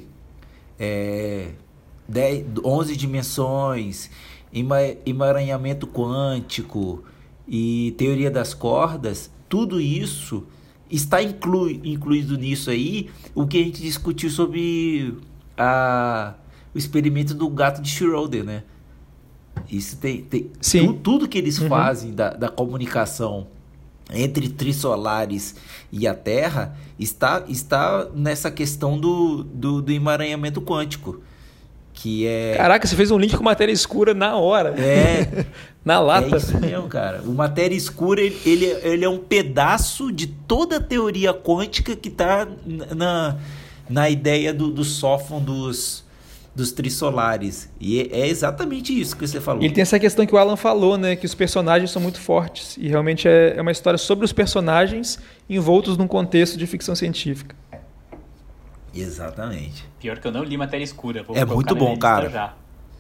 é, dez, onze dimensões, ema- emaranhamento quântico e teoria das cordas, tudo isso está inclui, incluído nisso aí o que a gente discutiu sobre a, o experimento do gato de Schrödinger, né? Isso tem, tem
Sim.
tu- tudo que eles
Uhum.
fazem da, da comunicação entre trissolares e a Terra está, está nessa questão do, do, do emaranhamento quântico, que é
Caraca, você fez um link com Matéria Escura na hora.
é,
Na lata.
é isso mesmo, cara. O matéria escura ele, ele, ele é um pedaço de toda a teoria quântica que está na, na ideia do, do sófon dos, dos trissolares. E é, é exatamente isso que você falou.
E ele tem essa questão que o Alan falou, né? Que os personagens são muito fortes. E realmente é, é uma história sobre os personagens envoltos num contexto de ficção científica.
Exatamente.
Pior que eu não li Matéria Escura. Vou
É
colocar
muito
na minha
bom,
lista
cara.
já.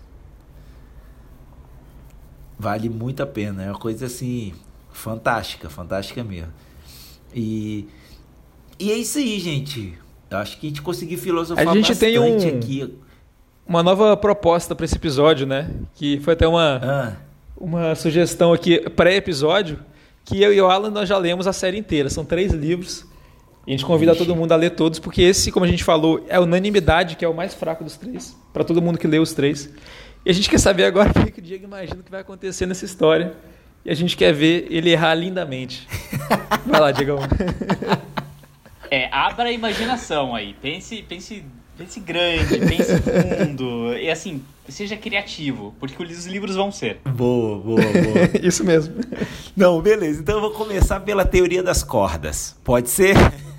Vale muito a pena. É uma coisa assim fantástica, fantástica mesmo. E, e é isso aí, gente. Eu acho que a gente conseguiu filosofar
A gente tem
bastante
um-
aqui.
Uma nova proposta para esse episódio, né? Que foi até uma,
Ah,
uma sugestão aqui pré-episódio, que eu e o Alan nós já lemos a série inteira. São três livros. E a gente convida
Ixi.
todo mundo a ler todos, porque esse, como a gente falou, é a unanimidade, que é o mais fraco dos três. Para todo mundo que lê os três. E a gente quer saber agora o que o Diego imagina que vai acontecer nessa história. E a gente quer ver ele errar lindamente. Vai lá, Diegão.
É, abra a imaginação aí. Pense, pense, pense grande, pense fundo. E assim, seja criativo, porque os livros vão ser.
boa, boa, boa.
Isso mesmo.
Não, beleza. Então eu vou começar pela teoria das cordas. Pode ser?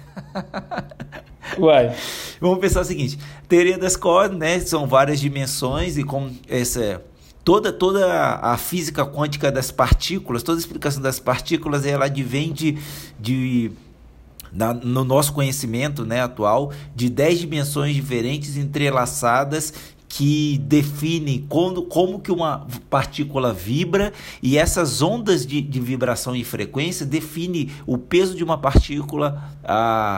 Uai.
Vamos pensar o seguinte: teoria das cordas, né? São várias dimensões e com essa toda toda a física quântica das partículas, toda a explicação das partículas, ela advém de, de na, no nosso conhecimento, né, atual, de dez dimensões diferentes entrelaçadas que definem como, como que uma partícula vibra, e essas ondas de, de vibração e frequência definem o peso de uma partícula, a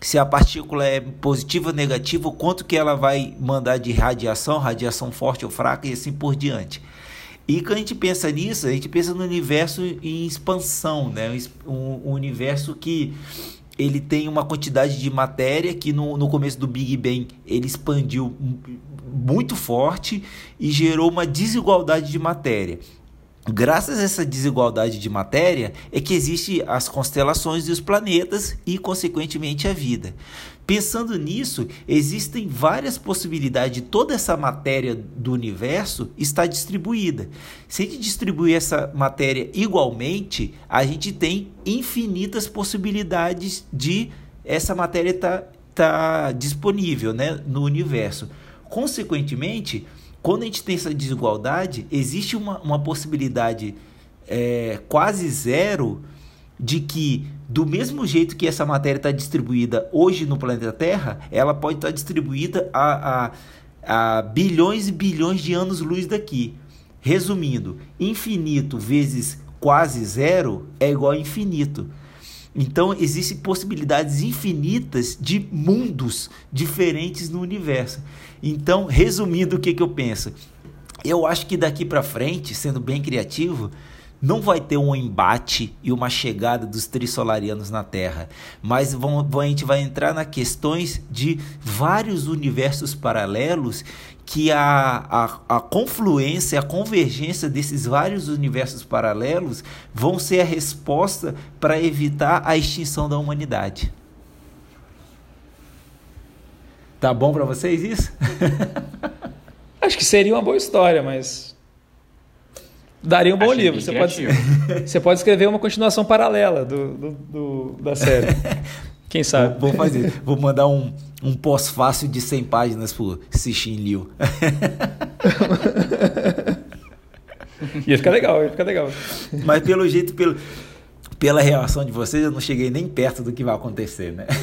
se a partícula é positiva ou negativa, o quanto que ela vai mandar de radiação, radiação forte ou fraca e assim por diante. E quando a gente pensa nisso, a gente pensa no universo em expansão, né? Um, um universo que ele tem uma quantidade de matéria que no, no começo do Big Bang ele expandiu muito forte e gerou uma desigualdade de matéria. Graças a essa desigualdade de matéria é que existem as constelações e os planetas e, consequentemente, a vida. Pensando nisso, existem várias possibilidades de toda essa matéria do universo estar distribuída. Se a gente distribuir essa matéria igualmente, a gente tem infinitas possibilidades de essa matéria estar tá, tá disponível, né, no universo. Consequentemente, quando a gente tem essa desigualdade, existe uma, uma possibilidade é, quase zero de que, do mesmo jeito que essa matéria está distribuída hoje no planeta Terra, ela pode estar distribuída a, a, a bilhões e bilhões de anos-luz daqui. Resumindo, infinito vezes quase zero é igual a infinito. Então, existem possibilidades infinitas de mundos diferentes no universo. Então, resumindo, o que, que eu penso? Eu acho que daqui para frente, sendo bem criativo, não vai ter um embate e uma chegada dos trissolarianos na Terra, mas vão, a gente vai entrar nas questões de vários universos paralelos que a, a, a confluência, a convergência desses vários universos paralelos vão ser a resposta para evitar a extinção da humanidade. Tá bom para vocês isso?
Acho que seria uma boa história, mas daria um bom
Achei
livro. Você pode, você pode escrever uma continuação paralela do, do, do, da série. Quem sabe?
Vou, vou fazer. Vou mandar um, um pós-fácil de cem páginas pro Cixin Liu.
Ia ficar legal, ia ficar legal.
Mas pelo jeito, pelo, pela reação de vocês, eu não cheguei nem perto do que vai acontecer, né?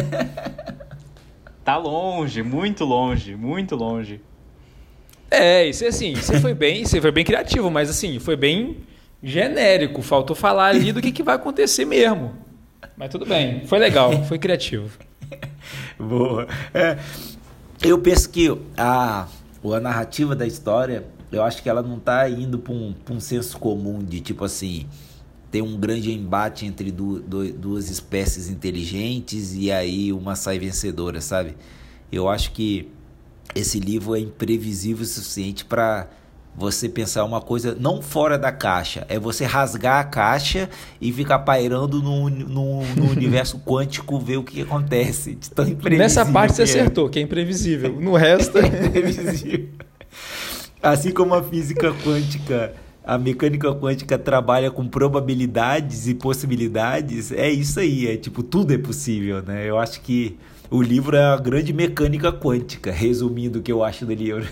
Tá longe, muito longe, muito longe.
É, isso é assim, você foi bem, você foi bem criativo, mas assim, foi bem genérico. Faltou falar ali do que, que vai acontecer mesmo. Mas tudo bem, foi legal, foi criativo.
Boa. É, eu penso que a, a narrativa da história, eu acho que ela não está indo para um, pra um senso comum de tipo assim, ter um grande embate entre du, du, duas espécies inteligentes e aí uma sai vencedora, sabe? Eu acho que esse livro é imprevisível o suficiente para você pensar uma coisa não fora da caixa, é você rasgar a caixa e ficar pairando no, no, no universo quântico, ver o que acontece. Tão imprevisível.
Nessa parte você acertou, que é imprevisível. No resto
é imprevisível. Assim como a física quântica, a mecânica quântica trabalha com probabilidades e possibilidades, é isso aí, é tipo, tudo é possível, né? Eu acho que o livro é a grande mecânica quântica, resumindo o que eu acho do livro.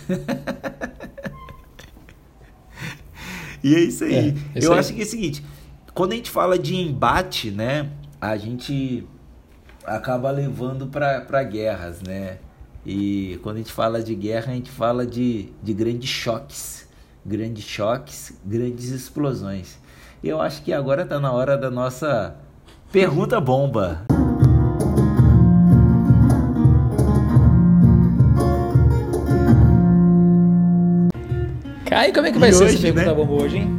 E é isso aí. É, isso eu aí. Acho que é o seguinte, quando a gente fala de embate, né, a gente acaba levando para guerras, né? E quando a gente fala de guerra, a gente fala de, de grandes choques. Grandes choques, grandes explosões. E eu acho que agora está na hora da nossa pergunta bomba.
Kai, como é que vai e ser hoje, essa pergunta, né? Bomba hoje, hein?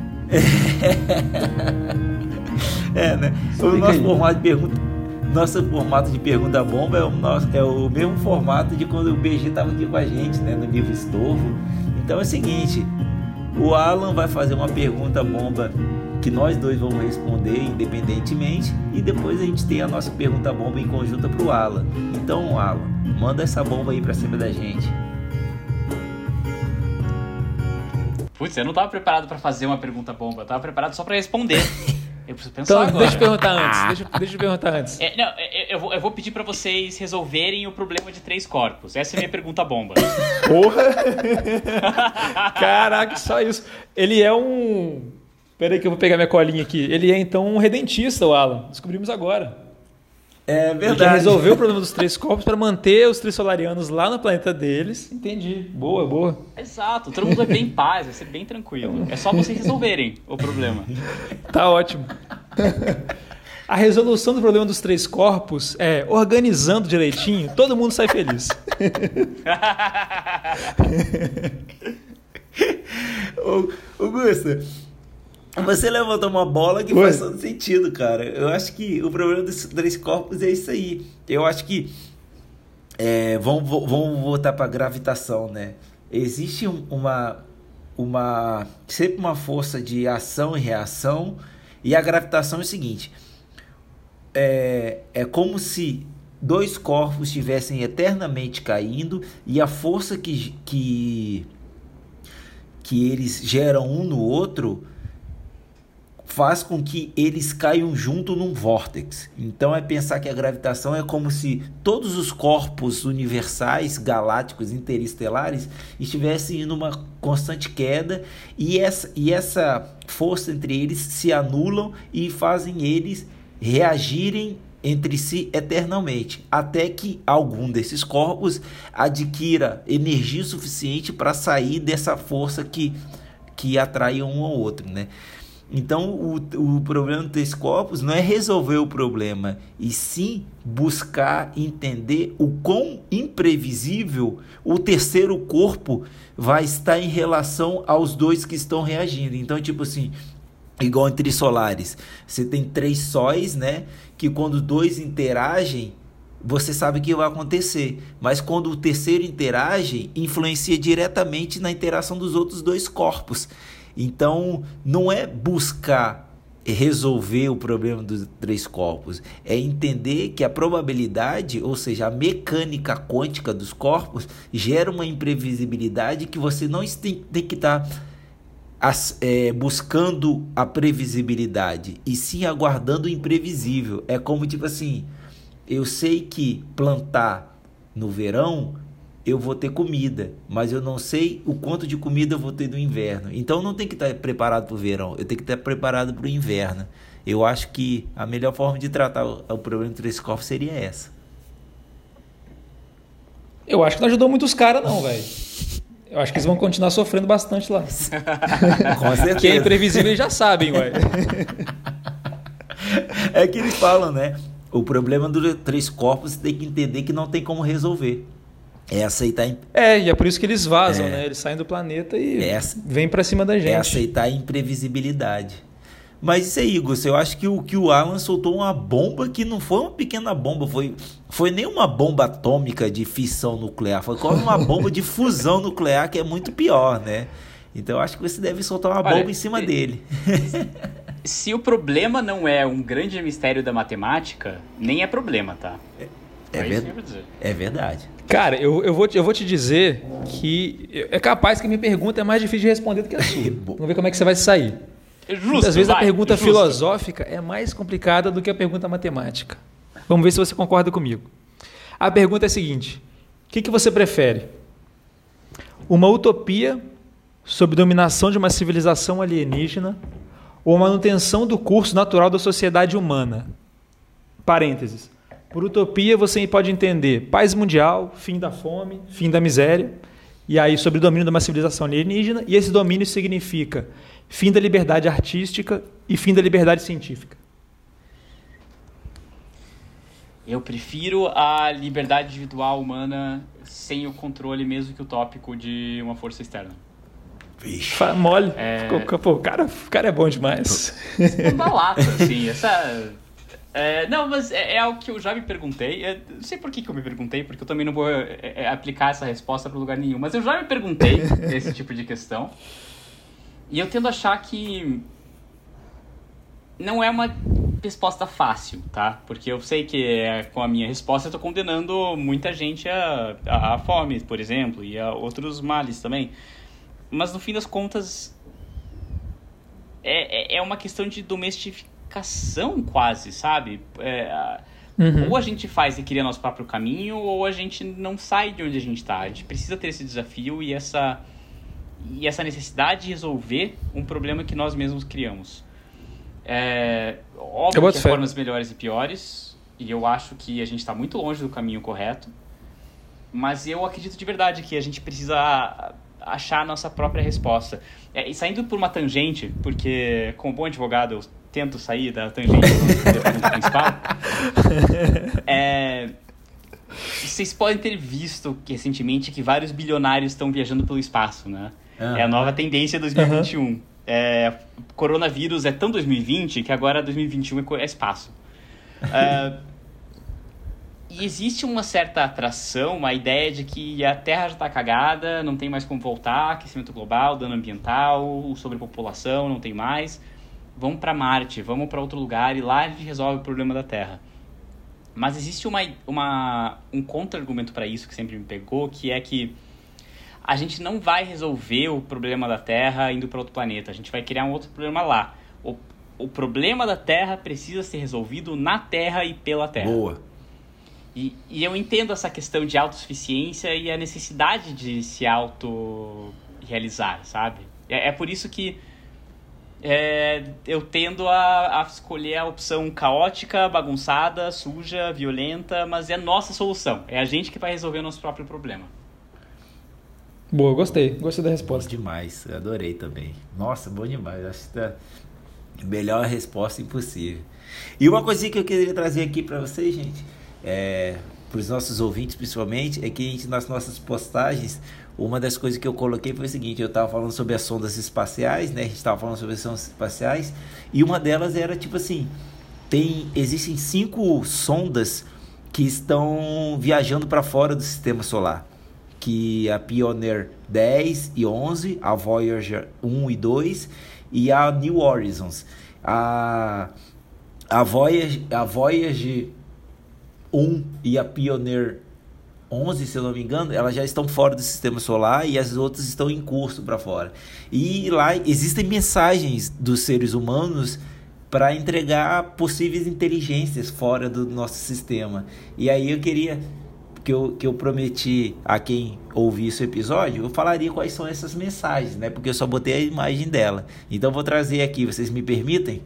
É, né? O nosso formato de pergunta, nosso formato de pergunta bomba é o, nosso, é o mesmo formato de quando o B G estava aqui com a gente, né? No livro Estorvo. Então é o seguinte, o Alan vai fazer uma pergunta bomba que nós dois vamos responder independentemente e depois a gente tem a nossa pergunta bomba em conjunto para o Alan. Então, Alan, manda essa bomba aí para cima da gente.
Putz, eu não estava preparado para fazer uma pergunta bomba, eu estava preparado só para responder. Eu preciso pensar
então,
agora.
Deixa eu perguntar antes. Deixa, deixa eu perguntar antes.
É, não, eu, vou, eu vou pedir para vocês resolverem o problema de três corpos. Essa é a minha pergunta bomba.
Porra! Caraca, só isso. Ele é um... Pera aí que eu vou pegar minha colinha aqui. Ele é então um redentista, o Alan. Descobrimos agora.
É verdade.
Ele quer resolver o problema dos três corpos para manter os trissolarianos lá no planeta deles. Entendi. Boa, boa.
Exato. Todo mundo vai bem em paz, vai ser bem tranquilo. É só vocês resolverem o problema.
Tá ótimo. A resolução do problema dos três corpos é organizando direitinho, todo mundo sai feliz.
Ô, Gusta, você levantou uma bola que Oi. faz todo sentido, cara. Eu acho que o problema dos três corpos é isso aí. Eu acho que é, vamos, vamos voltar para a gravitação, né? Existe uma, uma sempre uma força de ação e reação, e a gravitação é o seguinte: é, é como se dois corpos estivessem eternamente caindo, e a força que, que, que eles geram um no outro faz com que eles caiam junto num vórtex. Então é pensar que a gravitação é como se todos os corpos universais, galácticos, interestelares estivessem em uma constante queda, e essa, e essa força entre eles se anulam e fazem eles reagirem entre si eternamente, até que algum desses corpos adquira energia suficiente para sair dessa força que, que atrai um ao outro, né? Então, o, o problema dos três corpos não é resolver o problema, e sim buscar entender o quão imprevisível o terceiro corpo vai estar em relação aos dois que estão reagindo. Então, tipo assim, igual em trissolares, você tem três sóis, né? Que quando dois interagem, você sabe o que vai acontecer. Mas quando o terceiro interage, influencia diretamente na interação dos outros dois corpos. Então, não é buscar resolver o problema dos três corpos, é entender que a probabilidade, ou seja, a mecânica quântica dos corpos, gera uma imprevisibilidade que você não tem, tem que estar as, é, buscando a previsibilidade, e sim aguardando o imprevisível. É como tipo assim, eu sei que plantar no verão eu vou ter comida, mas eu não sei o quanto de comida eu vou ter no inverno. Então eu não tenho que estar preparado para o verão, eu tenho que estar preparado para o inverno. Eu acho que a melhor forma de tratar o, o problema dos três corpos seria essa.
Eu acho que não ajudou muito os caras não, velho. Eu acho que eles vão continuar sofrendo bastante lá.
Com certeza.
Que é imprevisível, eles já sabem, ué.
É que eles falam, né? O problema dos três corpos, você tem que entender que não tem como resolver. É aceitar...
É, e é por isso que eles vazam, é, né? Eles saem do planeta e é, vêm pra cima da gente.
É aceitar a imprevisibilidade. Mas isso aí, Gus, eu acho que o, que o Alan soltou uma bomba que não foi uma pequena bomba, foi, foi nem uma bomba atômica de fissão nuclear, foi quase uma bomba de fusão nuclear, que é muito pior, né? Então eu acho que você deve soltar uma Olha, bomba em cima se, dele.
Se o problema não é um grande mistério da matemática, nem é problema, tá?
É, é, ver, é verdade.
Cara, eu, eu, vou te, eu vou te dizer que é capaz que a minha pergunta é mais difícil de responder do que a sua. Vamos ver como é que você vai sair.
Justo,
Muitas vezes
vai,
a pergunta
justo.
filosófica é mais complicada do que a pergunta matemática. Vamos ver se você concorda comigo. A pergunta é a seguinte: o que, que você prefere? Uma utopia sob dominação de uma civilização alienígena ou a manutenção do curso natural da sociedade humana? Parênteses. Por utopia você pode entender paz mundial, fim da fome, fim da miséria, e aí sobre o domínio de uma civilização alienígena, e esse domínio significa fim da liberdade artística e fim da liberdade científica.
Eu prefiro a liberdade individual humana sem o controle, mesmo que utópico, de uma força externa.
Vixe. Mole. É... Pô, o cara, o cara é bom demais.
Uma lata, assim, essa... É, não, mas é, é algo que eu já me perguntei. Eu não sei por que, que eu me perguntei, porque eu também não vou é, é, aplicar essa resposta para lugar nenhum. Mas eu já me perguntei esse tipo de questão. E eu tendo a achar que não é uma resposta fácil, tá? Porque eu sei que é, com a minha resposta eu estou condenando muita gente à, à fome, por exemplo, e a outros males também. Mas no fim das contas é, é, é uma questão de domestificação quase, sabe? É, uhum. Ou a gente faz e cria nosso próprio caminho, ou a gente não sai de onde a gente está. A gente precisa ter esse desafio e essa, e essa necessidade de resolver um problema que nós mesmos criamos. É, óbvio que há formas melhores e piores, e eu acho que a gente está muito longe do caminho correto, mas eu acredito de verdade que a gente precisa achar a nossa própria resposta. É, e saindo por uma tangente, porque como bom advogado eu tento sair da tangente do ponto principal, é, vocês podem ter visto que, recentemente que vários bilionários estão viajando pelo espaço, né? Uhum. É a nova tendência dois mil e vinte e um. Uhum. É, coronavírus é tão dois mil e vinte que agora dois mil e vinte e um é espaço. É, e existe uma certa atração, uma ideia de que a Terra já está cagada, não tem mais como voltar, aquecimento global, dano ambiental, sobrepopulação, não tem mais. Vamos para Marte, vamos para outro lugar e lá a gente resolve o problema da Terra. Mas existe uma, uma, um contra-argumento para isso que sempre me pegou, que é que a gente não vai resolver o problema da Terra indo para outro planeta, a gente vai criar um outro problema lá. O, o problema da Terra precisa ser resolvido na Terra e pela Terra.
Boa.
E, e eu entendo essa questão de autossuficiência e a necessidade de se auto-realizar, sabe? É, é por isso que é, eu tendo a, a escolher a opção caótica, bagunçada, suja, violenta, mas é a nossa solução. É a gente que vai resolver o nosso próprio problema.
Boa, gostei. Gostei da resposta.
Bom demais, adorei também. Nossa, bom demais. Acho que tá a melhor resposta impossível. E uma coisinha que eu queria trazer aqui para vocês, gente, é, para os nossos ouvintes principalmente, é que a gente, nas nossas postagens, uma das coisas que eu coloquei foi o seguinte: eu estava falando sobre as sondas espaciais, né? A gente estava falando sobre as sondas espaciais, e uma delas era tipo assim, tem, existem cinco sondas que estão viajando para fora do sistema solar, que a Pioneer dez e onze, a Voyager um e dois e a New Horizons. A, a, Voyager, a Voyager um e a Pioneer onze, se eu não me engano, elas já estão fora do sistema solar e as outras estão em curso para fora. E lá existem mensagens dos seres humanos para entregar possíveis inteligências fora do nosso sistema. E aí eu queria... Que eu, que eu prometi a quem ouvir esse episódio, eu falaria quais são essas mensagens, né? Porque eu só botei a imagem dela. Então eu vou trazer aqui, vocês me permitem?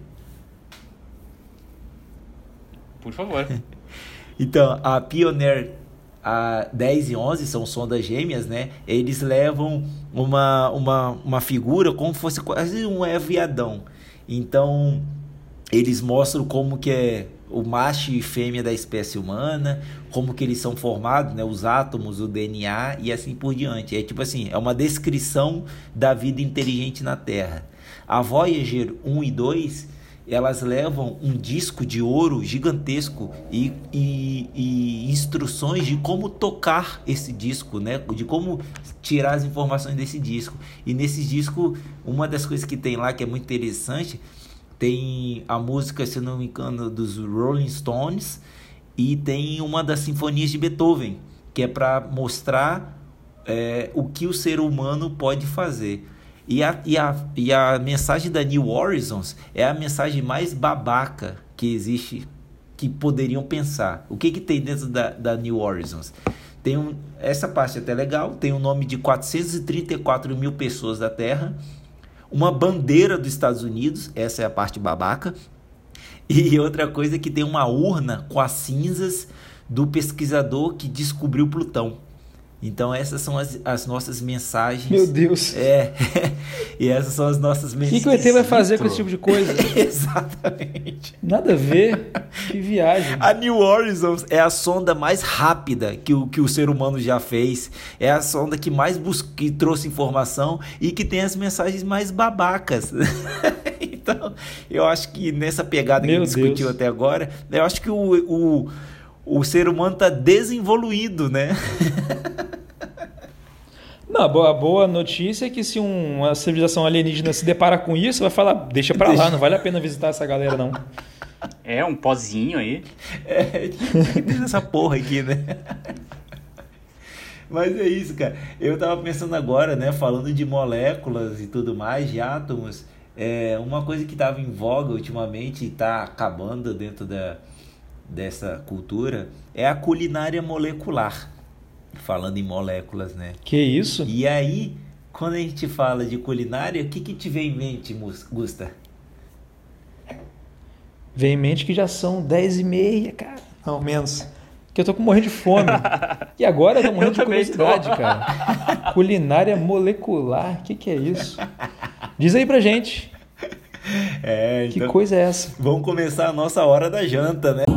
Por favor. Então,
a Pioneer a dez e onze são sondas gêmeas, né? Eles levam uma, uma, uma figura como se fosse quase um Eva e Adão. Então, eles mostram como que é o macho e fêmea da espécie humana, como que eles são formados, né, os átomos, o D N A e assim por diante. É tipo assim, é uma descrição da vida inteligente na Terra. A Voyager um e dois, elas levam um disco de ouro gigantesco e, e, e instruções de como tocar esse disco, né, de como tirar as informações desse disco. E nesse disco, uma das coisas que tem lá que é muito interessante, tem a música, se não me engano, dos Rolling Stones, e tem uma das sinfonias de Beethoven, que é para mostrar é, o que o ser humano pode fazer. E a, e, a, e a mensagem da New Horizons é a mensagem mais babaca que existe, que poderiam pensar. O que, que tem dentro da, da New Horizons? Tem um, essa parte é até legal, tem o nome de quatrocentos e trinta e quatro mil pessoas da Terra, uma bandeira dos Estados Unidos, essa é a parte babaca, e outra coisa é que tem uma urna com as cinzas do pesquisador que descobriu Plutão. Então essas são as, as nossas mensagens.
Meu Deus!
É, e essas são as nossas mensagens.
O que, que o E T vai fazer com esse tipo de coisa?
Exatamente.
Nada a ver. Que viagem.
A New Horizons é a sonda mais rápida que o, que o ser humano já fez. É a sonda que mais bus- que trouxe informação e que tem as mensagens mais babacas. Então, eu acho que nessa pegada
Meu
que a gente discutiu
Deus.
até agora, eu acho que o, o, o ser humano está desenvoluído, né?
Não, a boa, a boa notícia é que se um, uma civilização alienígena se depara com isso, vai falar, deixa pra lá, não vale a pena visitar essa galera, não.
É, um pozinho aí.
É, tem essa porra aqui, né? Mas é isso, cara. Eu tava pensando agora, né, falando de moléculas e tudo mais, de átomos, é, uma coisa que tava em voga ultimamente e tá acabando dentro da, dessa cultura é a culinária molecular. Falando em moléculas, né?
Que isso?
E aí, quando a gente fala de culinária, o que que te vem em mente, Gusta?
Vem em mente que já são dez e meia, cara. Não, menos. Que eu tô com morrendo de fome. E agora eu tô morrendo
Eu
de
também
curiosidade,
tô.
cara. Culinária molecular, o que, que é isso? Diz aí pra gente.
É,
que
então,
coisa é essa?
Vamos começar a nossa hora da janta, né?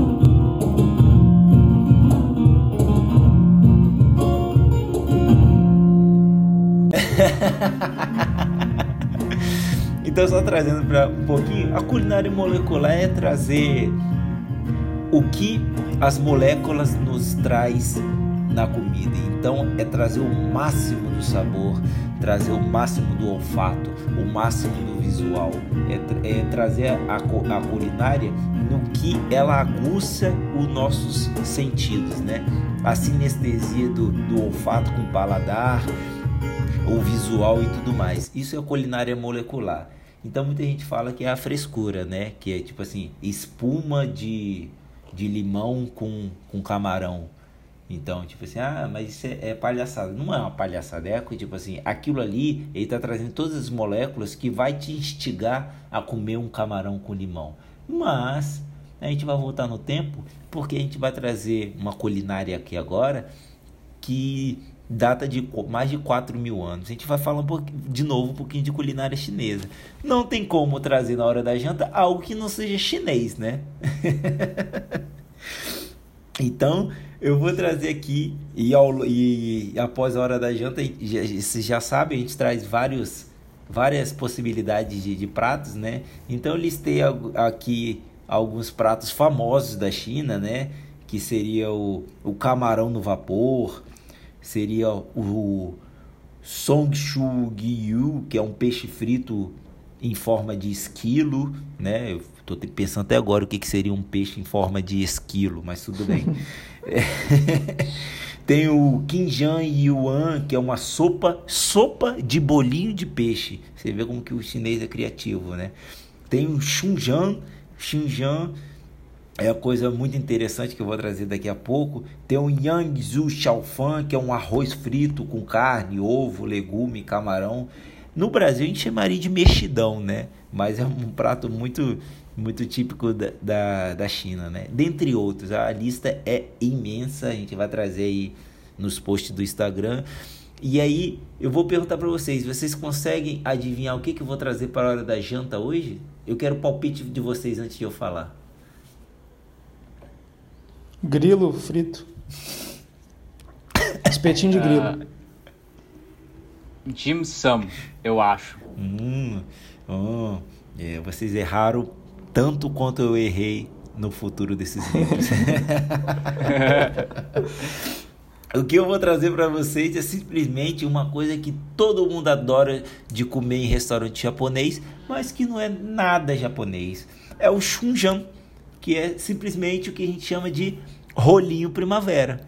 Então, só trazendo para um pouquinho, a culinária molecular é trazer o que as moléculas nos traz na comida. Então, é trazer o máximo do sabor, trazer o máximo do olfato, o máximo do visual. É, é trazer a, a culinária no que ela aguça os nossos sentidos, né? A sinestesia do, do olfato com o paladar, o visual e tudo mais. Isso é a culinária molecular. Então muita gente fala que é a frescura, né? Que é tipo assim, espuma de, de limão com, com camarão. Então, tipo assim, ah, mas isso é, é palhaçada. Não é uma palhaçada, é tipo assim, aquilo ali, ele tá trazendo todas as moléculas que vai te instigar a comer um camarão com limão. Mas a gente vai voltar no tempo, porque a gente vai trazer uma culinária aqui agora que data de mais de quatro mil anos. A gente vai falar um pouquinho, de novo um pouquinho de culinária chinesa. Não tem como trazer na hora da janta algo que não seja chinês, né? Então, eu vou trazer aqui, e, ao, e após a hora da janta, já, vocês já sabem, a gente traz vários, várias possibilidades de, de pratos, né? Então, eu listei aqui alguns pratos famosos da China, né? Que seria o, o camarão no vapor, seria o Songshu Gyu, que é um peixe frito em forma de esquilo, né? Eu tô pensando até agora o que, que seria um peixe em forma de esquilo, mas tudo bem. Tem o Qinjiang Yuan, que é uma sopa, sopa de bolinho de peixe. Você vê como que o chinês é criativo, né? Tem o Xinjiang, Xinjiang é uma coisa muito interessante que eu vou trazer daqui a pouco. Tem o Yangzhou Xiaofan, que é um arroz frito com carne, ovo, legume, camarão. No Brasil a gente chamaria de mexidão, né? Mas é um prato muito, muito típico da, da, da China, né? Dentre outros, a lista é imensa, a gente vai trazer aí nos posts do Instagram. E aí eu vou perguntar para vocês, vocês conseguem adivinhar o que, que eu vou trazer para a hora da janta hoje? Eu quero o palpite de vocês antes de eu falar.
Grilo frito. Espetinho de grilo.
Uh, Dim Sum, eu acho.
Hum, oh, é, vocês erraram tanto quanto eu errei no futuro desses livros. O que eu vou trazer para vocês é simplesmente uma coisa que todo mundo adora de comer em restaurante japonês, mas que não é nada japonês. É o Xunjiang, que é simplesmente o que a gente chama de rolinho primavera.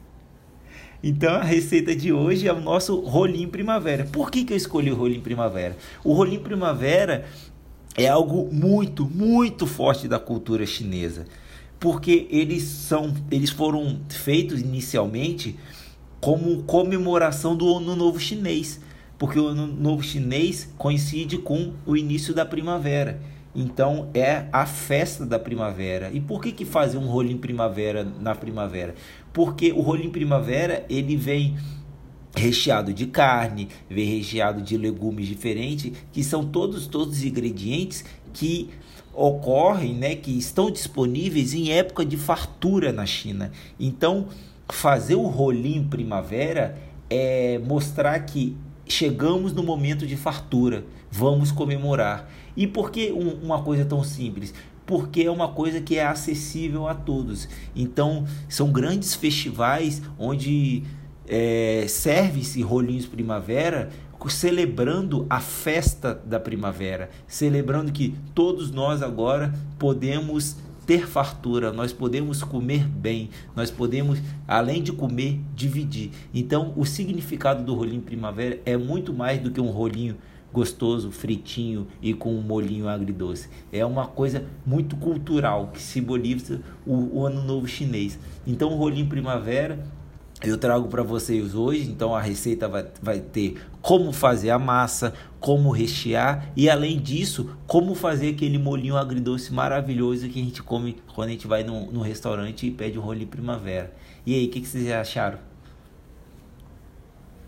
Então a receita de hoje é o nosso rolinho primavera. Por que que eu escolhi o rolinho primavera? O rolinho primavera é algo muito, muito forte da cultura chinesa, porque eles são, eles foram feitos inicialmente como comemoração do Ano Novo Chinês, porque o Ano Novo Chinês coincide com o início da primavera. Então é a festa da primavera. E por que que fazer um rolinho primavera na primavera? Porque o rolinho primavera ele vem recheado de carne, vem recheado de legumes diferentes, que são todos todos os ingredientes que ocorrem, né, que estão disponíveis em época de fartura na China. Então fazer o rolinho primavera é mostrar que chegamos no momento de fartura, vamos comemorar. E por que um, uma coisa tão simples? Porque é uma coisa que é acessível a todos. Então, são grandes festivais onde é, serve-se rolinhos primavera, celebrando a festa da primavera, celebrando que todos nós agora podemos ter fartura, nós podemos comer bem, nós podemos, além de comer, dividir. Então, o significado do rolinho primavera é muito mais do que um rolinho gostoso, fritinho e com um molhinho agridoce. É uma coisa muito cultural que simboliza o, o Ano Novo Chinês. Então, o rolinho primavera eu trago para vocês hoje. Então, a receita vai, vai ter como fazer a massa, como rechear e, além disso, como fazer aquele molhinho agridoce maravilhoso que a gente come quando a gente vai no, no restaurante e pede um rolinho primavera. E aí, o que, que vocês acharam?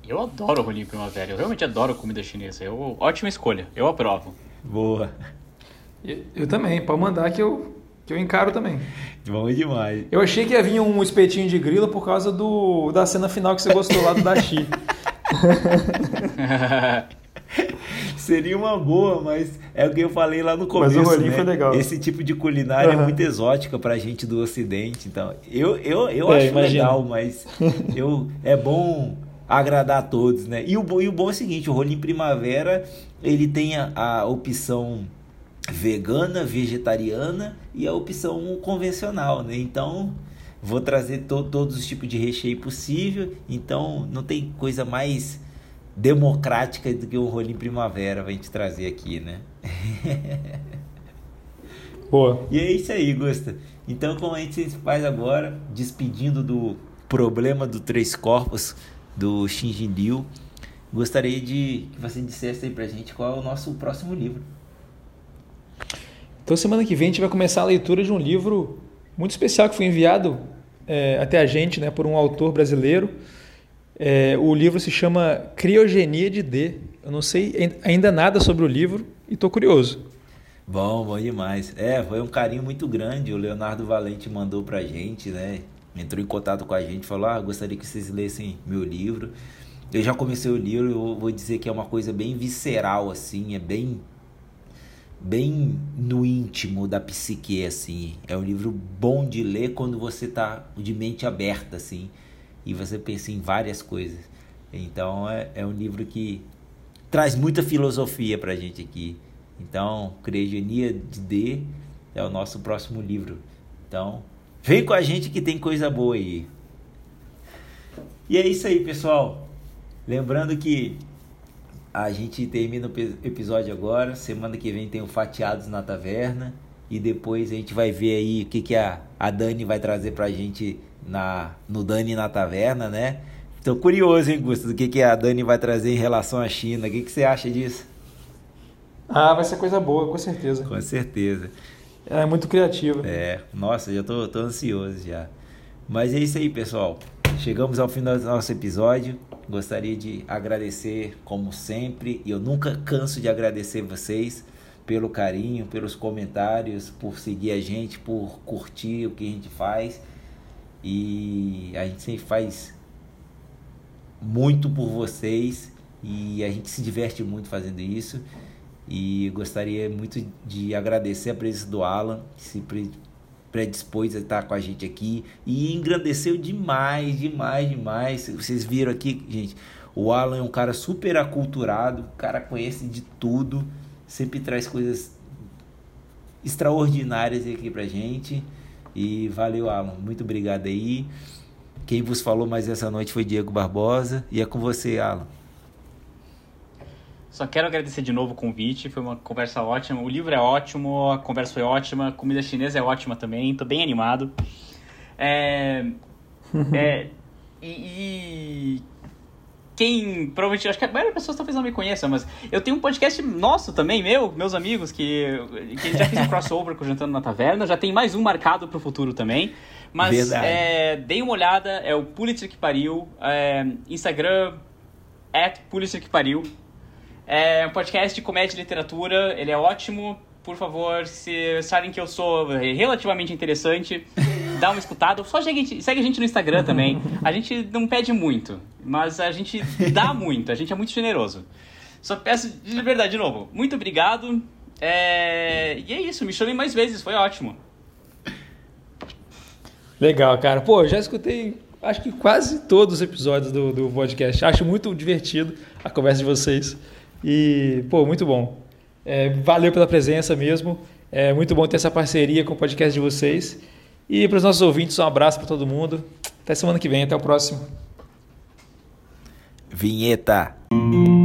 Eu adoro rolinho primavera, eu realmente adoro comida chinesa. Eu, ótima escolha, eu aprovo.
Boa.
Eu, eu também, pode mandar que eu, que eu encaro também.
Bom demais.
Eu achei que ia vir um espetinho de grilo por causa do, da cena final que você gostou lá do Dashi.
Seria uma boa, mas é o que eu falei lá no começo,
mas o rolinho
né?
foi legal.
Esse tipo de culinária
Uhum.
é muito exótica pra gente do Ocidente, então eu, eu, eu
É,
acho
imagina.
legal, mas eu, é bom agradar a todos, né? E o, bo- e o bom é o seguinte, o rolinho primavera, ele tem a, a opção vegana, vegetariana e a opção convencional, né? Então, vou trazer to- todos os tipos de recheio possível, então não tem coisa mais democrática do que o rolinho primavera pra gente trazer aqui, né?
Boa.
E é isso aí, Gusta. Então, como a gente faz agora, despedindo do problema do três corpos do Xinjin Liu, gostaria de que você dissesse aí pra gente qual é o nosso próximo livro.
Então, semana que vem a gente vai começar a leitura de um livro muito especial que foi enviado é, até a gente, né, por um autor brasileiro. É, o livro se chama Criogenia de D. Eu não sei ainda nada sobre o livro e estou curioso.
Bom, bom demais. É, foi um carinho muito grande. O Leonardo Valente mandou pra gente, né? Entrou em contato com a gente, falou: ah, gostaria que vocês lessem meu livro. Eu já comecei o livro, eu vou dizer que é uma coisa bem visceral, assim, é bem, bem no íntimo da psique, assim. É um livro bom de ler quando você tá de mente aberta, assim, e você pensa em várias coisas. Então, é, é um livro que traz muita filosofia pra gente aqui. Então, Criogenia de D é o nosso próximo livro. Então, vem com a gente que tem coisa boa aí. E é isso aí, pessoal. Lembrando que a gente termina o episódio agora. Semana que vem tem o Fatiados na Taverna. E depois a gente vai ver aí o que, que a, a Dani vai trazer pra gente na, no Dani na Taverna, né? Tô curioso, hein, Gusto, do que, que a Dani vai trazer em relação à China. O que, que você acha disso?
Ah, vai ser coisa boa, com certeza.
Com certeza.
Ela é muito criativa.
É, nossa, já tô, tô ansioso já. Mas é isso aí, pessoal. Chegamos ao fim do nosso episódio. Gostaria de agradecer, como sempre, e eu nunca canso de agradecer vocês pelo carinho, pelos comentários, por seguir a gente, por curtir o que a gente faz. E a gente sempre faz muito por vocês e a gente se diverte muito fazendo isso. E gostaria muito de agradecer a presença do Alan, que se predispôs a estar com a gente aqui e engrandeceu demais, demais, demais. Vocês viram aqui, gente, o Alan é um cara super aculturado, o cara conhece de tudo, sempre traz coisas extraordinárias aqui pra gente. E valeu, Alan, muito obrigado aí. Quem vos falou mais essa noite foi Diego Barbosa e é com você, Alan.
Só quero agradecer de novo o convite, foi uma conversa ótima, o livro é ótimo, a conversa foi ótima, a comida chinesa é ótima também, tô bem animado. É, é, e, e quem, provavelmente, acho que a maioria das pessoas talvez não me conheçam, mas eu tenho um podcast nosso também, meu, meus amigos, que, que já fiz um crossover com o Jantando na Taverna, já tem mais um marcado pro futuro também. Mas é, deem uma olhada, é o Pulitzer que Pariu, é, Instagram, at Pulitzer que Pariu. É um podcast de comédia e literatura, ele é ótimo. Por favor, se sabem que eu sou relativamente interessante, dá uma escutada. Só segue, segue a gente no Instagram também. A gente não pede muito, mas a gente dá muito, a gente é muito generoso. Só peço de verdade, de novo, muito obrigado. É, e é isso, me chamem mais vezes, foi ótimo.
Legal, cara. Pô, já escutei, acho que quase todos os episódios do, do podcast. Acho muito divertido a conversa de vocês. E, pô, muito bom. É, valeu pela presença mesmo. É muito bom ter essa parceria com o podcast de vocês. E para os nossos ouvintes, um abraço para todo mundo. Até semana que vem, até o próximo.
Vinheta.